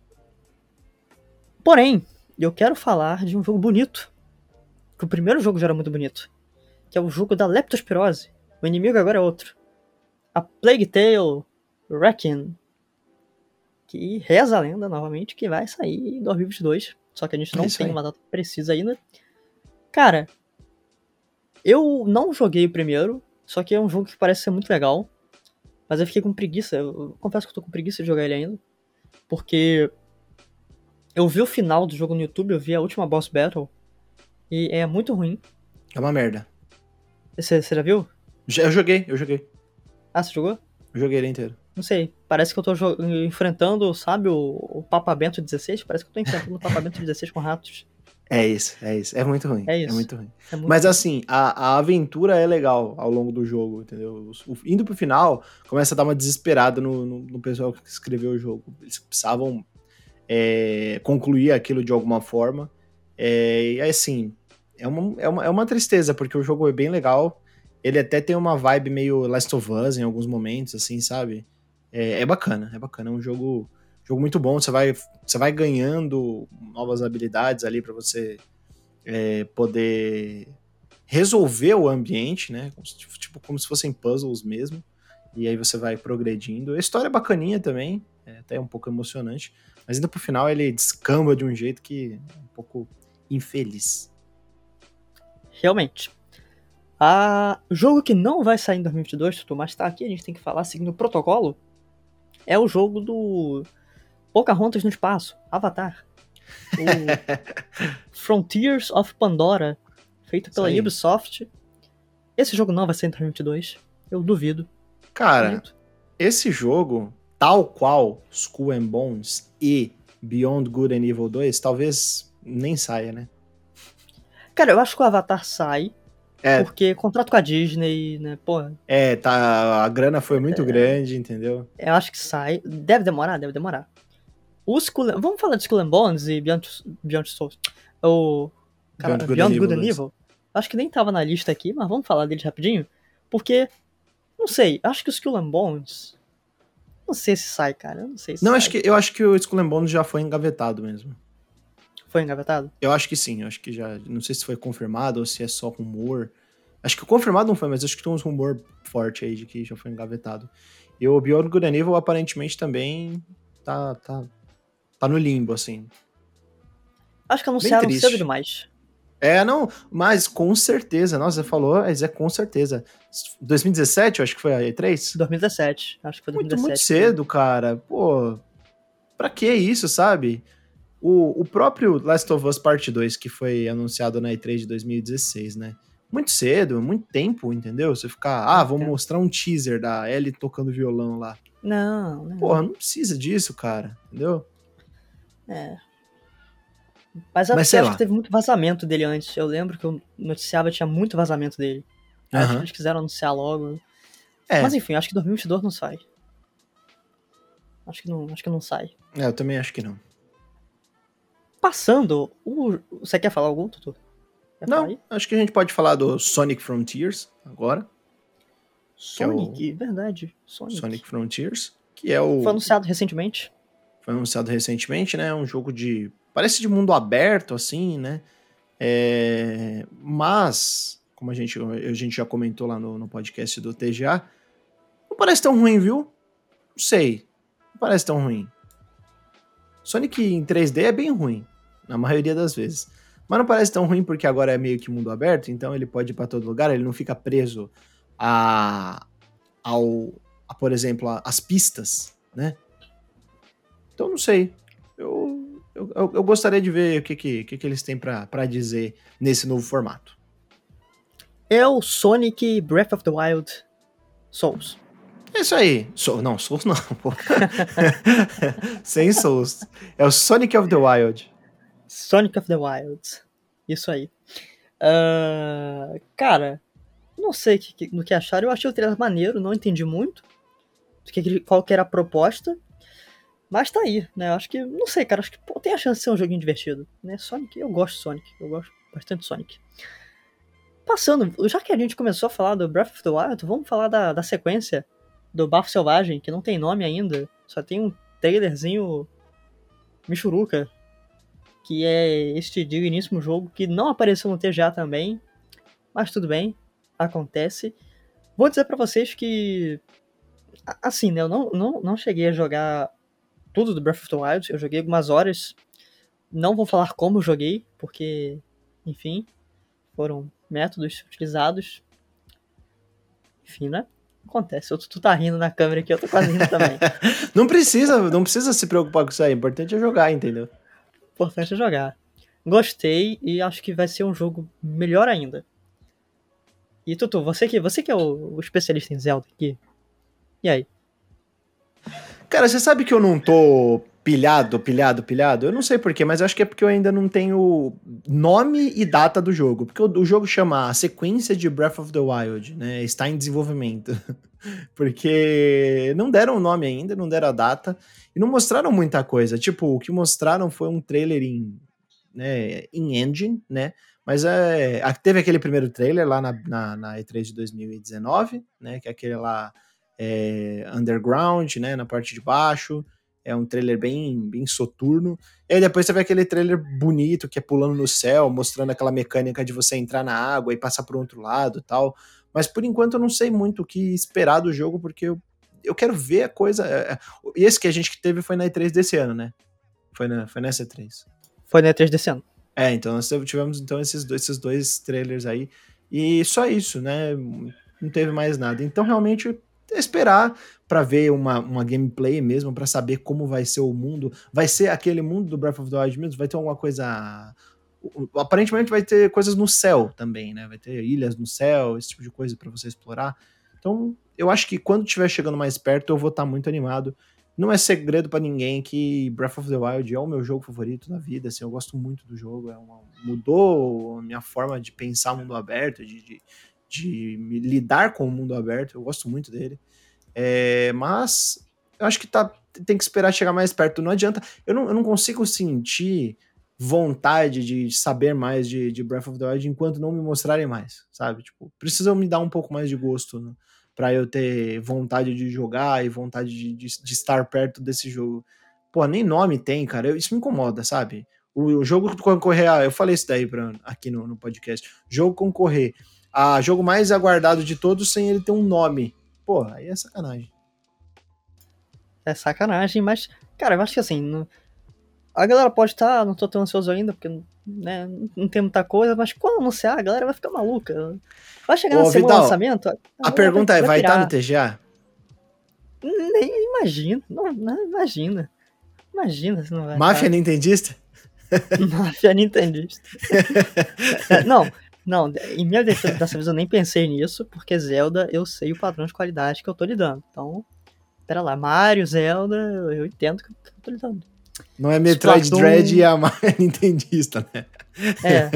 Porém, eu quero falar de um jogo bonito. Que o primeiro jogo já era muito bonito. Que é o jogo da Leptospirose. O inimigo agora é outro. A Plague Tale Requiem. Que reza a lenda, novamente, que vai sair em dois mil e vinte e dois. Só que a gente não É tem aí. uma data precisa ainda. Cara, eu não joguei o primeiro. Só que é um jogo que parece ser muito legal. Mas eu fiquei com preguiça. Eu confesso que eu tô com preguiça de jogar ele ainda. Porque eu vi o final do jogo no YouTube, eu vi a última boss battle. E é muito ruim. É uma merda. Você, você já viu? Já, eu joguei, eu joguei. Ah, você jogou? Eu joguei ele inteiro. Não sei. Parece que eu tô enfrentando, sabe, o, o Papa Bento dezesseis? Parece que eu tô enfrentando o Papa Bento dezesseis com ratos. É isso, é isso. É muito ruim. É isso. É muito ruim. É muito Mas ruim. assim, a, a aventura é legal ao longo do jogo, entendeu? O, indo pro final, começa a dar uma desesperada no, no, no pessoal que escreveu o jogo. Eles precisavam é, concluir aquilo de alguma forma. É, e assim, é uma, é, uma, é uma tristeza, porque o jogo é bem legal. Ele até tem uma vibe meio Last of Us em alguns momentos, assim, sabe? É, é bacana, é bacana. É um jogo, jogo muito bom. Você vai, você vai ganhando novas habilidades ali para você é, poder resolver o ambiente, né? Tipo, como se fossem puzzles mesmo. E aí você vai progredindo. A história é bacaninha também, é até um pouco emocionante. Mas ainda pro final ele descamba de um jeito que é um pouco infeliz. Realmente. Ah, o jogo que não vai sair em dois mil e vinte e dois, Tutu, mas tá aqui, a gente tem que falar seguindo o protocolo, é o jogo do Pocahontas no espaço, Avatar. O Frontiers of Pandora, feito pela Ubisoft. Esse jogo não vai sair em dois mil e vinte e dois, eu duvido. Cara, Bonito. esse jogo, tal qual Skull and Bones e Beyond Good and Evil dois, talvez nem saia, né? Cara, eu acho que o Avatar sai, é. porque contrato com a Disney, né, porra. É, tá, a grana foi muito é, grande, entendeu? Eu acho que sai, deve demorar, deve demorar. O Skull, vamos falar de Skull and Bones e Beyond, Beyond Souls. O cara, Beyond, Beyond Good and Evil. Acho que nem tava na lista aqui, mas vamos falar deles rapidinho. Porque, não sei, acho que o Skull and Bones... Não sei se sai, cara. Eu não sei se não, sai. Acho que, eu acho que o Skull and Bones já foi engavetado mesmo. Foi engavetado? Eu acho que sim, eu acho que já... Não sei se foi confirmado ou se é só rumor. Acho que confirmado não foi, mas acho que tem uns rumor forte aí de que já foi engavetado. E o Beyond Good and Evil, aparentemente, também tá, tá, tá no limbo, assim. Acho que anunciaram cedo demais. É, não, mas com certeza, nossa, você falou, mas é com certeza. dois mil e dezessete, eu acho que foi a E três? dois mil e dezessete, acho que foi dois mil e dezessete. Muito, muito cedo, cara. Pô, pra que isso, sabe? O, o próprio Last of Us Part dois, que foi anunciado na E três de dois mil e dezesseis, né? Muito cedo, muito tempo, entendeu? Você ficar, ah, vamos mostrar um teaser da Ellie tocando violão lá. Não, não. Porra, não precisa disso, cara, entendeu? É. Mas, Mas acho lá. que teve muito vazamento dele antes. Eu lembro que eu noticiava tinha muito vazamento dele. Uhum. Acho que eles quiseram anunciar logo. É. Mas enfim, acho que dois mil e vinte e dois não sai. Acho que não, acho que não sai. É, eu também acho que não. Passando, o... você quer falar algum, Tutu? Quer não, acho que a gente pode falar do Sonic Frontiers agora. Sonic, é o... verdade. Sonic. Sonic Frontiers, que é o... Foi anunciado recentemente. Foi anunciado recentemente, né? Um jogo de... Parece de mundo aberto, assim, né? É... Mas, como a gente, a gente já comentou lá no, no podcast do T G A, não parece tão ruim, viu? Não sei. Não parece tão ruim. Sonic em três D é bem ruim, na maioria das vezes. Mas não parece tão ruim porque agora é meio que mundo aberto, então ele pode ir pra todo lugar, ele não fica preso a... ao... A, por exemplo, a, as pistas, né? Então, não sei. Eu, eu, eu gostaria de ver o que, que, que, que eles têm pra, pra dizer nesse novo formato. É o Sonic Breath of the Wild Souls. É isso aí. So, não, Souls não, pô. Sem Souls. É o Sonic of the Wild. Sonic of the Wild. Isso aí. Uh, cara, não sei que, que, no que acharam. Eu achei o trailer maneiro, não entendi muito do que, qual que era a proposta. Mas tá aí, né? Acho que, não sei, cara, acho que pô, tem a chance de ser um joguinho divertido, né? Sonic, eu gosto de Sonic, eu gosto bastante de Sonic. Passando, já que a gente começou a falar do Breath of the Wild, vamos falar da, da sequência do Bafo Selvagem, que não tem nome ainda, só tem um trailerzinho michuruca, que é este digníssimo jogo que não apareceu no T G A também, mas tudo bem, acontece. Vou dizer pra vocês que, assim, né, eu não, não, não cheguei a jogar tudo do Breath of the Wild, eu joguei algumas horas, não vou falar como eu joguei, porque, enfim, foram métodos utilizados, enfim, né? Acontece, tu, tu tá rindo na câmera aqui, eu tô quase rindo também. não precisa, não precisa se preocupar com isso aí, o importante é jogar, entendeu? O importante é jogar. Gostei e acho que vai ser um jogo melhor ainda. E Tutu, você que, você que é o, o especialista em Zelda aqui, e aí? Cara, você sabe que eu não tô pilhado, pilhado, pilhado? Eu não sei porquê, mas acho que é porque eu ainda não tenho nome e data do jogo. Porque o, o jogo chama a sequência de Breath of the Wild, né? Está em desenvolvimento. Porque não deram o nome ainda, não deram a data. E não mostraram muita coisa. Tipo, o que mostraram foi um trailer em, né, em engine, né? Mas é, teve aquele primeiro trailer lá na, na, na E três de dois mil e dezenove, né? Que é aquele lá... É, underground, né, na parte de baixo, é um trailer bem, bem soturno, e aí depois você vê aquele trailer bonito, que é pulando no céu, mostrando aquela mecânica de você entrar na água e passar pro outro lado e tal, mas por enquanto eu não sei muito o que esperar do jogo, porque eu, eu quero ver a coisa, é, esse que a gente teve foi na E três desse ano, né, foi, na, foi nessa E três. Foi na E três desse ano. É, então nós tivemos então esses dois, esses dois trailers aí, e só isso, né, não teve mais nada, então realmente esperar para ver uma, uma gameplay mesmo, para saber como vai ser o mundo. Vai ser aquele mundo do Breath of the Wild mesmo? Vai ter alguma coisa... Aparentemente vai ter coisas no céu também, né? Vai ter ilhas no céu, esse tipo de coisa para você explorar. Então, eu acho que quando estiver chegando mais perto, eu vou estar muito animado. Não é segredo para ninguém que Breath of the Wild é o meu jogo favorito da vida, assim, eu gosto muito do jogo, é uma, mudou a minha forma de pensar mundo aberto, de... de de me lidar com o mundo aberto, eu gosto muito dele, é, mas eu acho que tá, tem que esperar chegar mais perto, não adianta, eu não, eu não consigo sentir vontade de saber mais de, de Breath of the Wild enquanto não me mostrarem mais, sabe, tipo, precisam me dar um pouco mais de gosto, né, pra eu ter vontade de jogar e vontade de, de, de estar perto desse jogo. Pô, nem nome tem, cara, eu, isso me incomoda, sabe, o, o jogo concorrer, a, eu falei isso daí pra, aqui no, no podcast, jogo concorrer a jogo mais aguardado de todos sem ele ter um nome. Pô, aí é sacanagem. É sacanagem, mas Cara, eu acho que assim, não- a galera pode estar, não tô tão ansioso ainda, porque né, não tem muita coisa, mas quando anunciar, a galera vai ficar maluca. Vai chegar na Ô, semana do Vidal, lançamento, a a galera vai, pergunta é, vai vai estar no pirar. T G A? Nem imagina, não, não, imagina. Imagina se não vai Máfia estar. Nintendista? Máfia Nintendista. É, não, não, em minha defesa dessa vez eu nem pensei nisso, porque Zelda eu sei o padrão de qualidade que eu tô lidando. Então, pera lá, Mario, Zelda, eu entendo que eu tô lidando. Não é Metroid Dread e Splatoon, a Máfia Nintendista, né? é,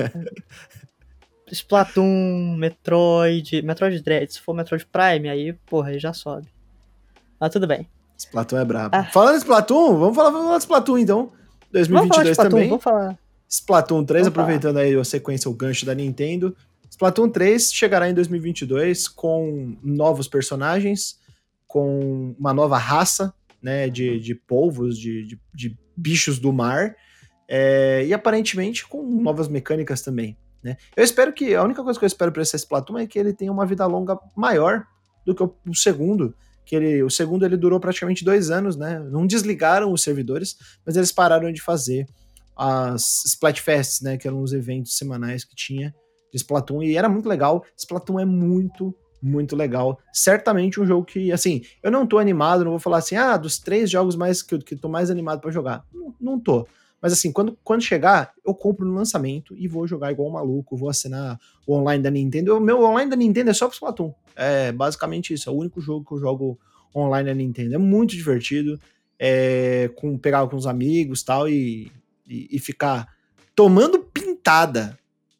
Splatoon, Metroid, Metroid Dread, se for Metroid Prime, aí, porra, aí já sobe. Mas tudo bem. Splatoon é brabo. Ah, Falando em Splatoon, vamos falar, vamos falar de Splatoon então. vamos falar de dois mil e vinte e dois Splatoon, também. vamos falar, Splatoon três, vamos falar. aproveitando aí a sequência, o gancho da Nintendo. Splatoon três chegará em dois mil e vinte e dois com novos personagens, com uma nova raça, né, de, de polvos, de, de, de bichos do mar, é, e aparentemente com novas mecânicas também, né. Eu espero que, a única coisa que eu espero para esse Splatoon é que ele tenha uma vida longa maior do que o, o segundo, que ele, o segundo ele durou praticamente dois anos, né, não desligaram os servidores, mas eles pararam de fazer as Splatfests, né, que eram os eventos semanais que tinha de Splatoon, e era muito legal. Splatoon é muito, muito legal. Certamente um jogo que, assim, eu não tô animado, não vou falar assim, ah, dos três jogos mais que eu que tô mais animado para jogar. Não, não tô. Mas assim, quando, quando chegar, eu compro no lançamento e vou jogar igual um maluco, vou assinar o online da Nintendo. O meu online da Nintendo é só pro Splatoon. É basicamente isso, é o único jogo que eu jogo online da Nintendo. É muito divertido, é, com, pegar com os amigos tal, e, e, e ficar tomando pintada.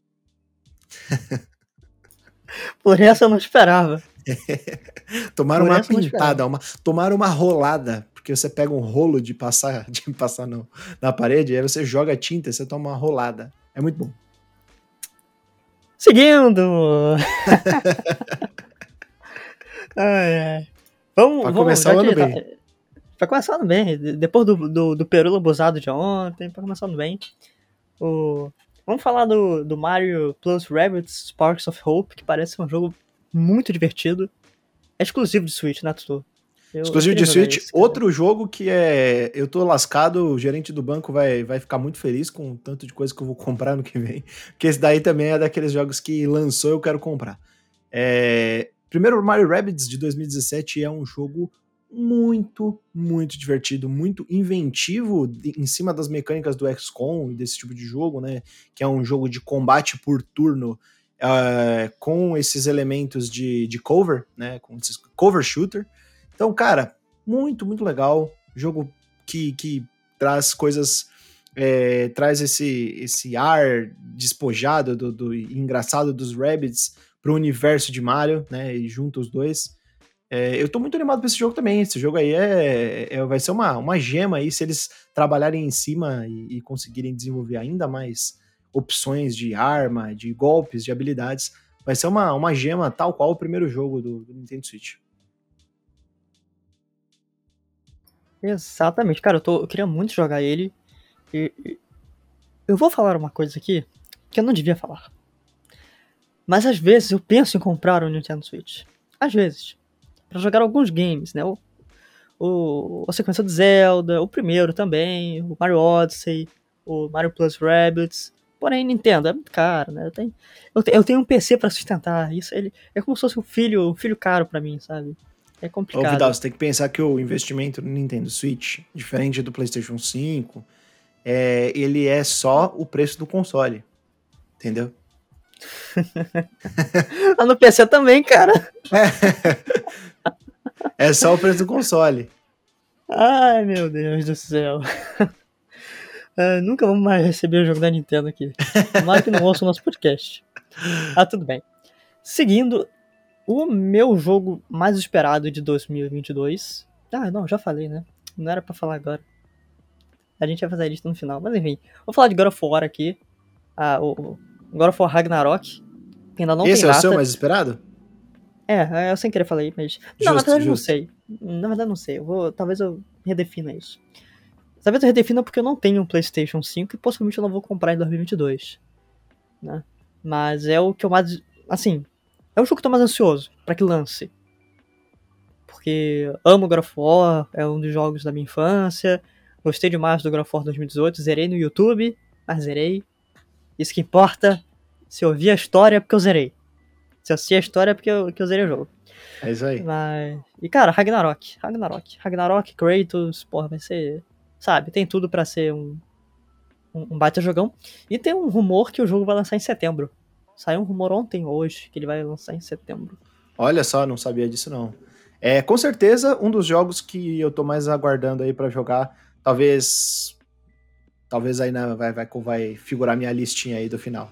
Por essa eu não esperava. Tomar Por uma essa eu não esperava. pintada, uma, tomar uma rolada, porque você pega um rolo de passar, de passar no, na parede, aí você joga tinta e você toma uma rolada. É muito bom. Seguindo! Ai, ai. Vamos, Pra vamos, começar já o ano que tá, bem. pra começar no bem, de- depois do, do, do Perula abusado de ontem, pra começar no bem, o, vamos falar do, do Mario Plus Rabbids Sparks of Hope, que parece ser um jogo muito divertido. É exclusivo de Switch, né, Tutu? Eu, eu Exclusivo queria de jogar Switch, esse, cara. outro jogo que é. Eu tô lascado, o gerente do banco vai, vai ficar muito feliz com o tanto de coisa que eu vou comprar no que vem. Porque esse daí também é daqueles jogos que lançou e eu quero comprar. É, primeiro, o Mario Rabbids de dois mil e dezessete é um jogo muito, muito divertido, muito inventivo de- em cima das mecânicas do X COM e desse tipo de jogo, né? Que é um jogo de combate por turno, é, com esses elementos de, de cover, né? Com esses cover shooter. Então, cara, muito, muito legal. Jogo que, que traz coisas. É, traz esse, esse ar despojado do, do engraçado dos Rabbids pro universo de Mario, né? E junta os dois. É, eu tô muito animado pra esse jogo também. Esse jogo aí é, é- vai ser uma, uma gema aí, se eles trabalharem em cima e, e conseguirem desenvolver ainda mais opções de arma, de golpes, de habilidades. Vai ser uma, uma gema tal qual o primeiro jogo do, do Nintendo Switch. Exatamente, cara, eu, tô, eu queria muito jogar ele. E, e- eu vou falar uma coisa aqui que eu não devia falar. Mas às vezes eu penso em comprar um Nintendo Switch. Às vezes. Pra jogar alguns games, né? O, o, a sequência do Zelda, o primeiro também, o Mario Odyssey, o Mario Plus Rabbids. Porém, Nintendo é muito caro, né? Eu tenho, eu, te- eu tenho um P C pra sustentar. Isso ele, é como se fosse um filho, um filho caro pra mim, sabe? É Ô, Vidal, complicado. você tem que pensar que o investimento no Nintendo Switch, diferente do PlayStation cinco, é, ele é só o preço do console, entendeu? Ah, no P C também, cara. É só o preço do console. Ai, meu Deus do céu. Ah, nunca vamos mais receber o jogo da Nintendo aqui. Tomara que não ouça o nosso podcast. Ah, tudo bem. Seguindo, o meu jogo mais esperado de dois mil e vinte e dois. Ah, não, já falei, né? Não era pra falar agora. A gente vai fazer a lista no final. Mas enfim, vou falar de God of War aqui. Ah, o God of War Ragnarok. Que ainda não tem Esse é o seu data. mais esperado? É, eu sem querer falei, mas. Não, na Justo, verdade não justo. sei. Na verdade não sei. Eu vou, talvez eu redefina isso. Talvez eu redefina porque eu não tenho um PlayStation cinco e possivelmente eu não vou comprar em dois mil e vinte e dois. Né? Mas é o que eu mais. Assim, é o jogo que eu tô mais ansioso pra que lance. Porque amo God of War, é um dos jogos da minha infância. Gostei demais do God of War dois mil e dezoito, zerei no YouTube, mas zerei. Isso que importa, se eu vi a história é porque eu zerei. Se eu sei a história é porque eu, que eu zerei o jogo. É isso aí. Mas... E cara, Ragnarok, Ragnarok, Ragnarok, Kratos, porra, vai ser... Sabe, tem tudo pra ser um, um, um baita jogão. E tem um rumor que o jogo vai lançar em setembro. Saiu um rumor ontem ou hoje que ele vai lançar em setembro. Olha só, não sabia disso não. É, com certeza, um dos jogos que eu tô mais aguardando aí pra jogar, talvez talvez aí na, vai, vai, vai figurar minha listinha aí do final.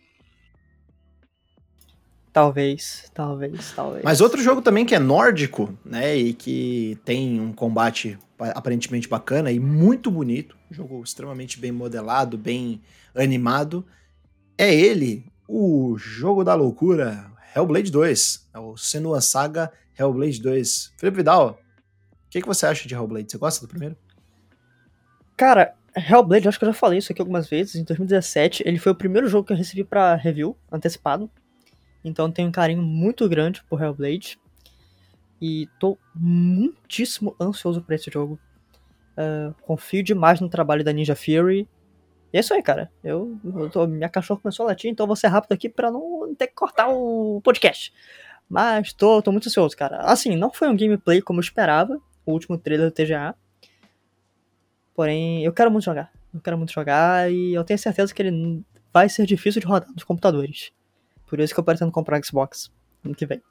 Talvez, talvez, talvez. Mas outro jogo também que é nórdico, né, e que tem um combate aparentemente bacana e muito bonito, um jogo extremamente bem modelado, bem animado, é ele, o jogo da loucura, Hellblade dois, é o Senua Saga Hellblade dois. Felipe Vidal, o que, que você acha de Hellblade? Você gosta do primeiro? Cara, Hellblade, acho que eu já falei isso aqui algumas vezes, em dois mil e dezessete, ele foi o primeiro jogo que eu recebi pra review, antecipado. Então tenho um carinho muito grande por Hellblade. E tô muitíssimo ansioso por esse jogo. Uh, confio demais no trabalho da Ninja Theory. E é isso aí, cara. Eu, eu tô, minha cachorra começou a latir, então eu vou ser rápido aqui pra não ter que cortar o podcast. Mas tô, tô muito ansioso, cara. Assim, não foi um gameplay como eu esperava, o último trailer do T G A. Porém, eu quero muito jogar. Eu quero muito jogar e eu tenho certeza que ele vai ser difícil de rodar nos computadores. Por isso que eu pretendo comprar Xbox ano que vem.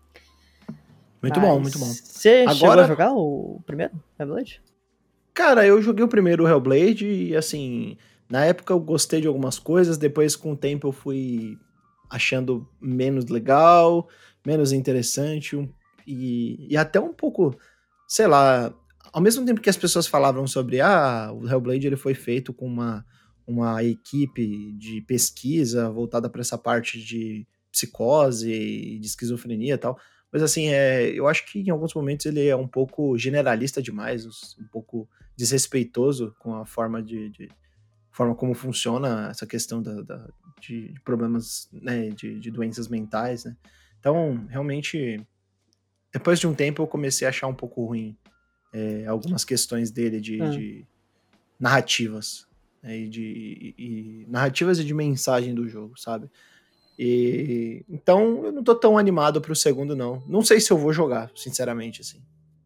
Muito Mas bom, muito bom. Você Agora... chegou a jogar o primeiro Hellblade? Cara, eu joguei o primeiro Hellblade e, assim, na época eu gostei de algumas coisas, depois com o tempo eu fui achando menos legal, menos interessante um, e, e até um pouco, sei lá, ao mesmo tempo que as pessoas falavam sobre, ah, o Hellblade ele foi feito com uma, uma equipe de pesquisa voltada para essa parte de psicose e de esquizofrenia e tal, mas assim, é, eu acho que em alguns momentos ele é um pouco generalista demais, um pouco desrespeitoso com a forma de, de forma como funciona essa questão da, da de, de problemas, né, de, de doenças mentais, né? Então, realmente, depois de um tempo eu comecei a achar um pouco ruim é, algumas questões dele de, Ah. de narrativas, né, e de e, e, narrativas e de mensagem do jogo, sabe? E, então, eu não tô tão animado pro segundo, não. Não sei se eu vou jogar, sinceramente, assim.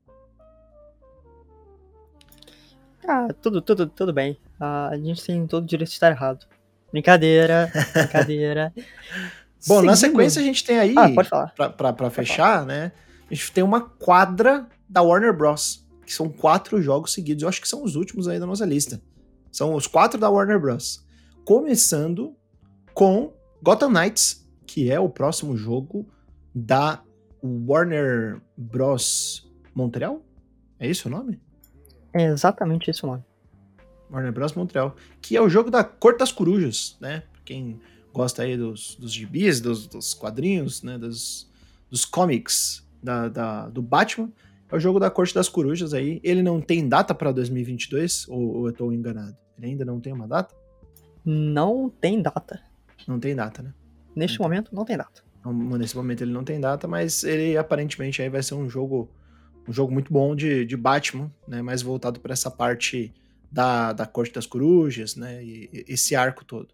Ah, tudo, tudo, tudo bem. Ah, a gente tem todo o direito de estar errado. Brincadeira, brincadeira. Bom, Seguindo... na sequência a gente tem aí, ah, pode falar. pra, pra, pra fechar, falar. né? A gente tem uma quadra da Warner Bros. Que são quatro jogos seguidos. Eu acho que são os últimos aí da nossa lista. São os quatro da Warner Bros. Começando com Gotham Knights, que é o próximo jogo da Warner Bros. Montreal? É isso o nome? É exatamente esse o nome. Warner Bros. Montreal. Que é o jogo da Corte das Corujas, né? Quem gosta aí dos, dos gibis, dos, dos quadrinhos, né? Dos, dos comics da, da, do Batman. É o jogo da Corte das Corujas aí. Ele não tem data para dois mil e vinte e dois? Ou, ou eu tô enganado? Ele ainda não tem uma data? Não tem data. Não tem data, né? Neste então, momento, não tem data. Nesse momento ele não tem data, mas ele aparentemente aí vai ser um jogo um jogo muito bom de, de Batman, né? Mais voltado para essa parte da, da Corte das Corujas, né? E, e esse arco todo.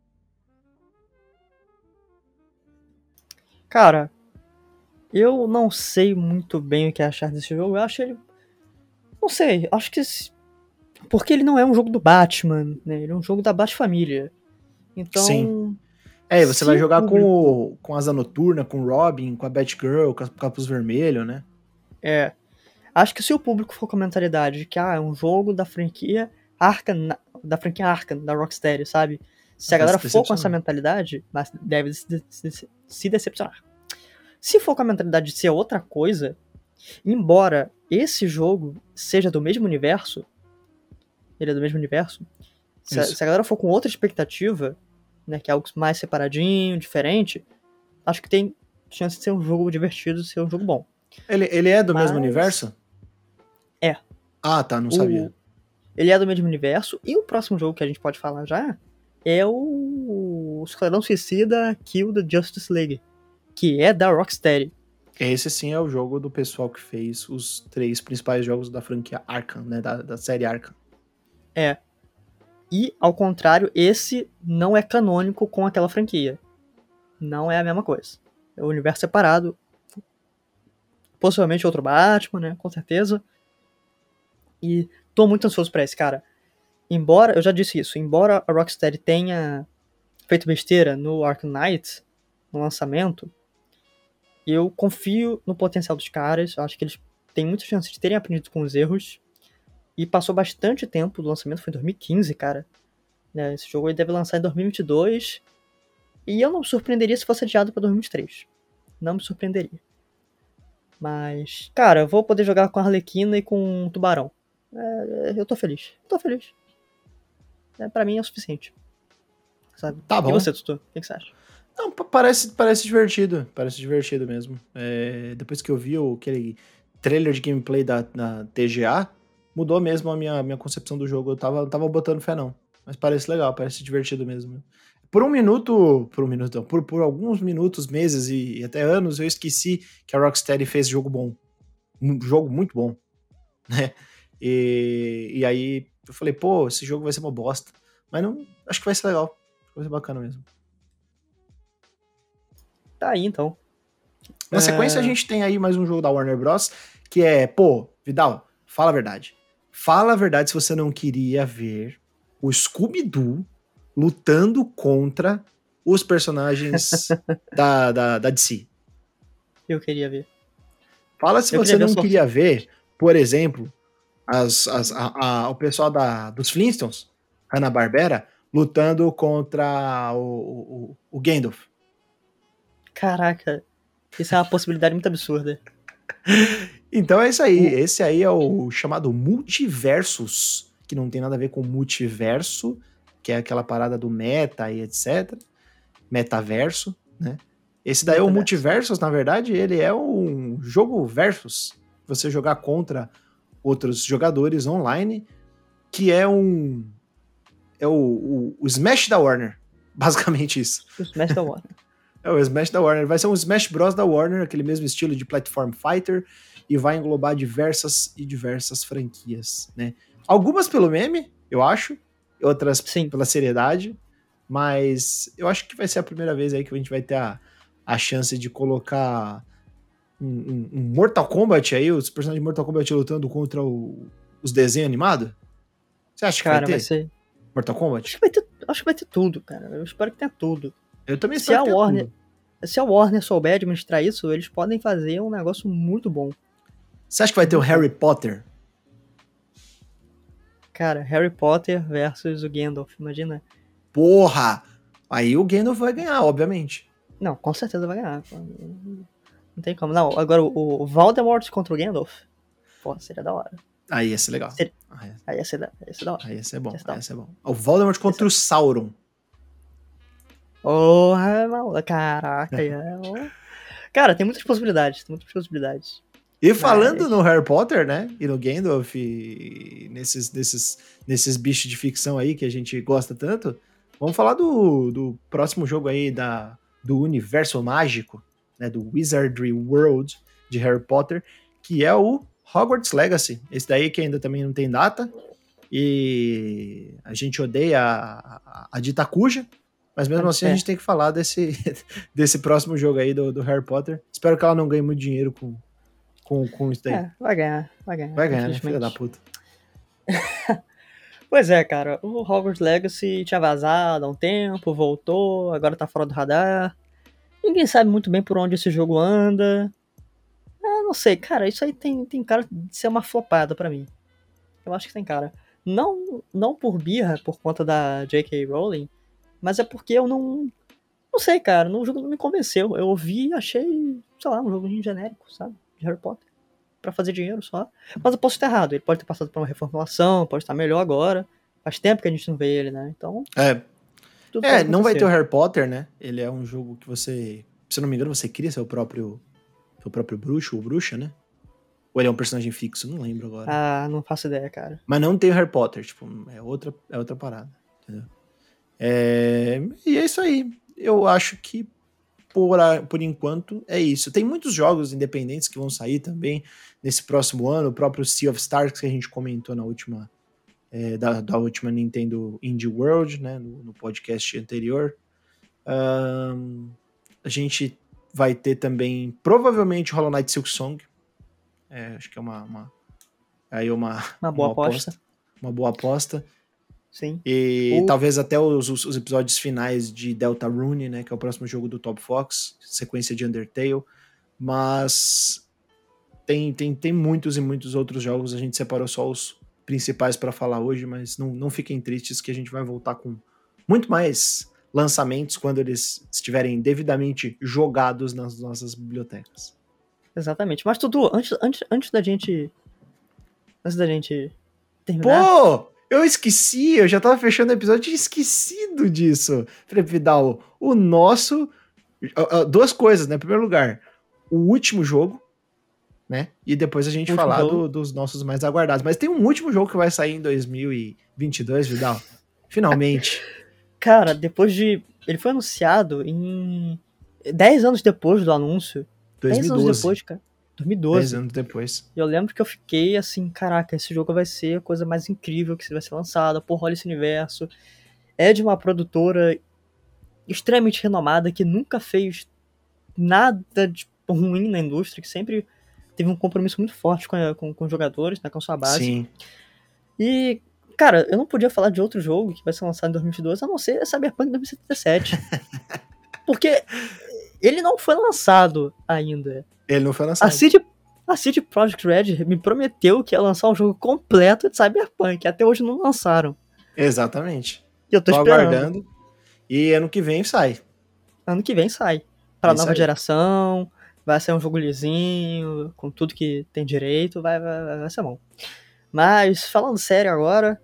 Cara, eu não sei muito bem o que achar desse jogo. Eu acho ele... Não sei, acho que... Porque ele não é um jogo do Batman, né? Ele é um jogo da Bat-família. Então... Sim. É, você vai jogar público... com, o, com Asa Noturna, com o Robin, com a Batgirl, com o Capuz Vermelho, né? É. Acho que se o público for com a mentalidade de que ah, é um jogo da franquia Arkham, da franquia Arkham, da Rocksteady, sabe? Se a galera for com essa mentalidade, deve se, se, se decepcionar. Se for com a mentalidade de ser outra coisa, embora esse jogo seja do mesmo universo, ele é do mesmo universo, se, se a galera for com outra expectativa, né, que é algo mais separadinho, diferente, acho que tem chance de ser um jogo divertido, ser um jogo bom. Ele, ele é do Mas... mesmo universo? É. Ah, tá, não o... sabia. Ele é do mesmo universo, e o próximo jogo que a gente pode falar já é o Esquadrão Suicida Kill the Justice League, que é da Rocksteady. Esse sim é o jogo do pessoal que fez os três principais jogos da franquia Arkham, né, da, da série Arkham. É. E, ao contrário, esse não é canônico com aquela franquia. Não é a mesma coisa. É um universo separado. Possivelmente outro Batman, né? Com certeza. E tô muito ansioso pra esse, cara. Embora, eu já disse isso, embora a Rocksteady tenha feito besteira no Arkham Knight, no lançamento, eu confio no potencial dos caras. Eu acho que eles têm muita chance de terem aprendido com os erros. E passou bastante tempo do lançamento, foi em dois mil e quinze, cara. Né, esse jogo ele deve lançar em dois mil e vinte e dois. E eu não me surpreenderia se fosse adiado pra dois mil e vinte e três. Não me surpreenderia. Mas, cara, eu vou poder jogar com a Arlequina e com o Tubarão. É, eu tô feliz. Tô feliz. É, pra mim é o suficiente. Sabe? Tá E bom. você, Tutu? O que, que você acha? Não, parece, parece divertido. Parece divertido mesmo. É, depois que eu vi o, aquele trailer de gameplay da, da T G A, mudou mesmo a minha, minha concepção do jogo. Eu tava, tava botando fé, não. Mas parece legal, parece divertido mesmo. Por um minuto, por um minuto, não, por, por alguns minutos, meses e, e até anos, eu esqueci que a Rocksteady fez jogo bom. Um jogo muito bom, né? E, e aí eu falei, pô, esse jogo vai ser uma bosta. Mas não, acho que vai ser legal. Vai ser bacana mesmo. Tá aí, então. Na sequência, a É... gente tem aí mais um jogo da Warner Bros. Que é, pô, Vidal, fala a verdade. Fala a verdade se você não queria ver o Scooby-Doo lutando contra os personagens da, da, da D C. Eu queria ver. Fala se Eu você queria ver o não sorte. queria ver, por exemplo, as, as, a, a, o pessoal da, dos Flintstones, Hanna-Barbera, lutando contra o, o, o Gandalf. Caraca, isso é uma possibilidade muito absurda. Então é isso aí. O... Esse aí é o chamado Multiversus, que não tem nada a ver com multiverso, que é aquela parada do meta e etcétera. Metaverso, né? Esse daí é o Metaverso. Multiversus, na verdade, ele é um jogo versus. Você jogar contra outros jogadores online, que é um. É o, o, o Smash da Warner. Basicamente isso. O Smash da Warner. É o Smash da Warner. Vai ser um Smash Bros. Da Warner, aquele mesmo estilo de platform fighter, e vai englobar diversas e diversas franquias, né? Algumas pelo meme, eu acho, outras Sim. pela seriedade, mas eu acho que vai ser a primeira vez aí que a gente vai ter a, a chance de colocar um, um, um Mortal Kombat aí, os personagens de Mortal Kombat lutando contra o, os desenhos animados. Você acha Cara, que vai vai ter ser... Mortal Acho Kombat? que vai ter, acho que vai ter tudo, cara. Eu espero que tenha tudo. Eu também Se espero a que tenha Warner... tudo. Se a Warner souber administrar isso, eles podem fazer um negócio muito bom. Você acha que vai ter o Harry Potter? Cara, Harry Potter versus o Gandalf, imagina. Porra! Aí o Gandalf vai ganhar, obviamente. Não, com certeza vai ganhar. Não tem como. Não, agora o, o Voldemort contra o Gandalf. Pô, seria da hora. Aí ia ser legal. Seria... Aí ia, Aí ia ser da, ia ser da hora. aí ia ser bom, Ia ser aí ia ser bom. O Voldemort contra o Sauron. Porra, maluco. Caraca, é... Cara, tem muitas possibilidades, tem muitas possibilidades. E falando Mas... no Harry Potter, né? E no Gandalf, e nesses, nesses, nesses bichos de ficção aí que a gente gosta tanto, vamos falar do, do próximo jogo aí da, do universo mágico, né? Do Wizardry World de Harry Potter, que é o Hogwarts Legacy. Esse daí que ainda também não tem data. E a gente odeia a, a, a dita cuja, mas mesmo assim é. a gente tem que falar desse, desse próximo jogo aí do, do Harry Potter. Espero que ela não ganhe muito dinheiro com, com, com isso daí. É, vai ganhar, vai ganhar. Vai ganhar, né? Filha da puta. Pois é, cara. O Hogwarts Legacy tinha vazado há um tempo, voltou, agora tá fora do radar. Ninguém sabe muito bem por onde esse jogo anda. É, não sei, cara, isso aí tem, tem cara de ser uma flopada pra mim. Eu acho que tem cara. Não, não por birra, por conta da J K. Rowling, mas é porque eu não... Não sei, cara, o jogo não me convenceu. Eu ouvi e achei, sei lá, um joguinho genérico, sabe? De Harry Potter. Pra fazer dinheiro só. Mas eu posso estar errado. Ele pode ter passado por uma reformulação, pode estar melhor agora. Faz tempo que a gente não vê ele, né? Então, É, tudo é pode não vai ter o acontecer. Harry Potter, né? Ele é um jogo que você, se eu não me engano, você cria seu próprio, seu próprio bruxo ou bruxa, né? Ou ele é um personagem fixo, não lembro agora. Ah, não faço ideia, cara. Mas não tem o Harry Potter, tipo, é outra, é outra parada, entendeu? É, e é isso aí. Eu acho que por, a, por enquanto é isso. Tem muitos jogos independentes que vão sair também nesse próximo ano. O próprio Sea of Stars que a gente comentou na última, é, da, da última Nintendo Indie World, né, no, no podcast anterior. Um, a gente vai ter também, provavelmente, Hollow Knight Silksong. É, acho que é uma, uma, aí uma, Uma boa uma aposta. aposta. Uma boa aposta. Sim. E O... talvez até os, os, os episódios finais de Deltarune, né, que é o próximo jogo do Top Fox, sequência de Undertale. Mas tem, tem, tem muitos e muitos outros jogos. A gente separou só os principais para falar hoje, mas não, não fiquem tristes que a gente vai voltar com muito mais lançamentos quando eles estiverem devidamente jogados nas nossas bibliotecas. Exatamente. Mas, Tutu, antes, antes, antes da gente... Antes da gente terminar... Pô! Eu esqueci, eu já tava fechando o episódio e tinha esquecido disso. Falei, Vidal, o nosso... Duas coisas, né? Em primeiro lugar, o último jogo, né? E depois a gente Último falar jogo. do, dos nossos mais aguardados. Mas tem um último jogo que vai sair em dois mil e vinte e dois, Vidal. Finalmente. Cara, depois de... Ele foi anunciado em... dez anos depois do anúncio. dois mil e dez anos doze. depois, cara. dois mil e doze. dez anos depois. E eu lembro que eu fiquei assim, caraca, esse jogo vai ser a coisa mais incrível que vai ser lançada. Porra, olha esse universo. É de uma produtora extremamente renomada que nunca fez nada de ruim na indústria, que sempre teve um compromisso muito forte com, a, com, com os jogadores, né, com a sua base. Sim. E, cara, eu não podia falar de outro jogo que vai ser lançado em dois mil e vinte e dois, a não ser Cyberpunk dois mil e setenta e sete. Porque ele não foi lançado ainda. Ele não foi lançado. A CD, a C D Projekt Red me prometeu que ia lançar um jogo completo de Cyberpunk. Até hoje não lançaram. Exatamente. E eu tô, tô esperando. aguardando. E ano que vem sai. Ano que vem sai. Pra É nova aí. geração. Vai ser um jogo lisinho, com tudo que tem direito. Vai, vai, vai ser bom. Mas, falando sério agora...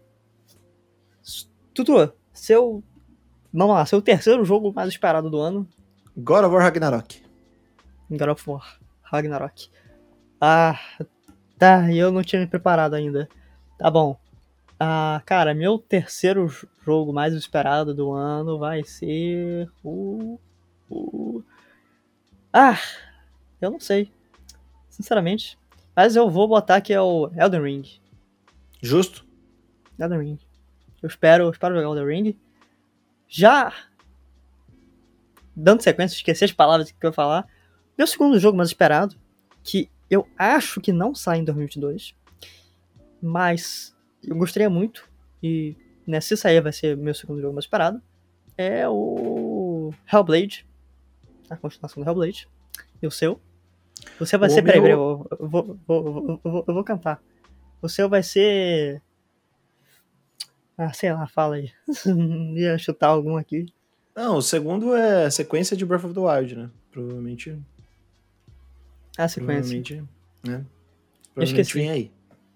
Tutu, seu... Vamos lá, seu terceiro jogo mais esperado do ano. God of War Ragnarok. God of War Ragnarok. Ah, tá, eu não tinha me preparado ainda. Tá bom. Ah, cara, meu terceiro jogo mais esperado do ano vai ser o... o... Ah, eu não sei. Sinceramente. Mas eu vou botar que é o Elden Ring. Justo? Elden Ring. Eu espero, eu espero jogar Elden Ring. Já... Dando sequência, esqueci as palavras que eu ia falar. Meu segundo jogo mais esperado, que eu acho que não sai em dois mil e vinte e dois, mas eu gostaria muito, e né, se sair vai ser meu segundo jogo mais esperado, é o Hellblade, a continuação do Hellblade, e o seu. O seu vai O ser, meu... peraí, peraí, eu, eu, vou, vou, vou, eu, vou, eu vou cantar. O seu vai ser... Ah, sei lá, fala aí. Ia chutar algum aqui. Não, o segundo é sequência de Breath of the Wild, né? Provavelmente... A sequência. Provavelmente, né? Eu esqueci. Provavelmente vem aí.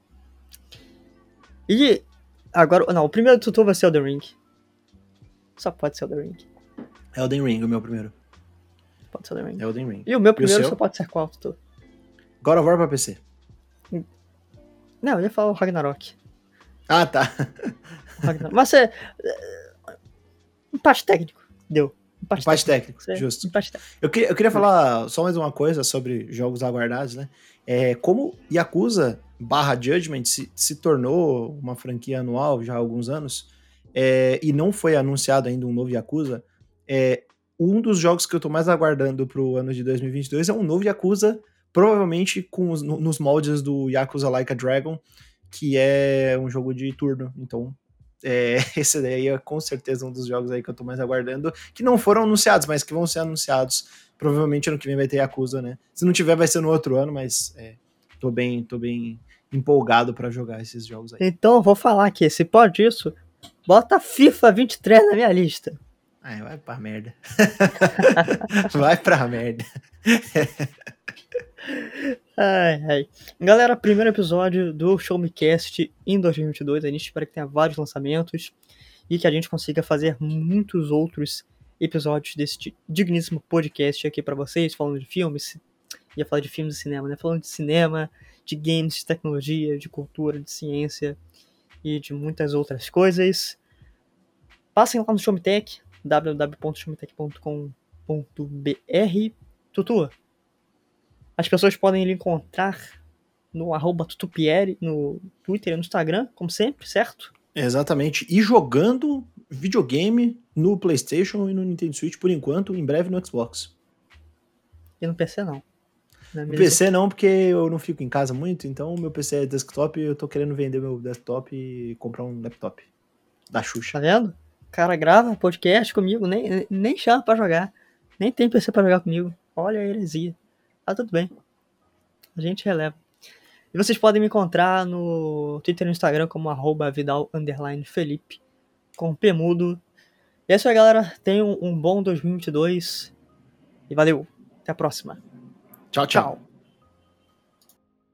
E agora, não, o primeiro tutor vai ser Elden Ring. Só pode ser Elden Ring. Elden Ring, o meu primeiro. Pode ser Elden Ring. Elden Ring. E o meu primeiro o só pode ser qual, tutor? God of War pra P C. Não, eu ia falar o Ragnarok. Ah, tá. O Ragnarok. Mas é... Empate técnico. Deu. Empate, Empate técnico, técnico. justo. Empate técnico. Eu queria, eu queria falar só mais uma coisa sobre jogos aguardados, né? É, como Yakuza barra Judgment se, se tornou uma franquia anual já há alguns anos, é, e não foi anunciado ainda um novo Yakuza, é, um dos jogos que eu tô mais aguardando pro ano de dois mil e vinte e dois é um novo Yakuza, provavelmente com os, no, nos moldes do Yakuza Like a Dragon, que é um jogo de turno. Então, é, esse daí é com certeza um dos jogos aí que eu tô mais aguardando, que não foram anunciados, mas que vão ser anunciados. Provavelmente ano que vem vai ter Yakuza, né? Se não tiver, vai ser no outro ano, mas é, tô bem, tô bem empolgado pra jogar esses jogos aí. Então eu vou falar aqui, se pode isso, bota FIFA vinte e três na minha lista. Ai, vai pra merda. Vai pra merda. Ai, ai. Galera, primeiro episódio do Show Me Cast em dois mil e vinte e dois. A gente espera que tenha vários lançamentos e que a gente consiga fazer muitos outros episódios desse digníssimo podcast aqui pra vocês, falando de filmes. Ia falar de filmes e cinema, né? Falando de cinema, de games, de tecnologia, de cultura, de ciência e de muitas outras coisas. Passem lá no Show Me Tech, w w w ponto show me tech ponto com ponto b r. Tutu, as pessoas podem lhe encontrar no arroba tutupieri, no Twitter e no Instagram, como sempre, certo? Exatamente. E jogando videogame no PlayStation e no Nintendo Switch por enquanto, em breve no Xbox. E no P C não. não é No mesmo? P C não, porque eu não fico em casa muito, então o meu P C é desktop e eu tô querendo vender meu desktop e comprar um laptop da Xuxa. Tá vendo? O cara grava podcast comigo, nem, nem chama pra jogar. Nem tem P C pra jogar comigo. Olha a heresia. Tá tudo bem. A gente releva. E vocês podem me encontrar no Twitter e no Instagram como arroba Vidal underline Felipe, com P mudo. E é isso aí, galera. Tenham um bom dois mil e vinte e dois. E valeu. Até a próxima. Tchau, tchau. Tchau.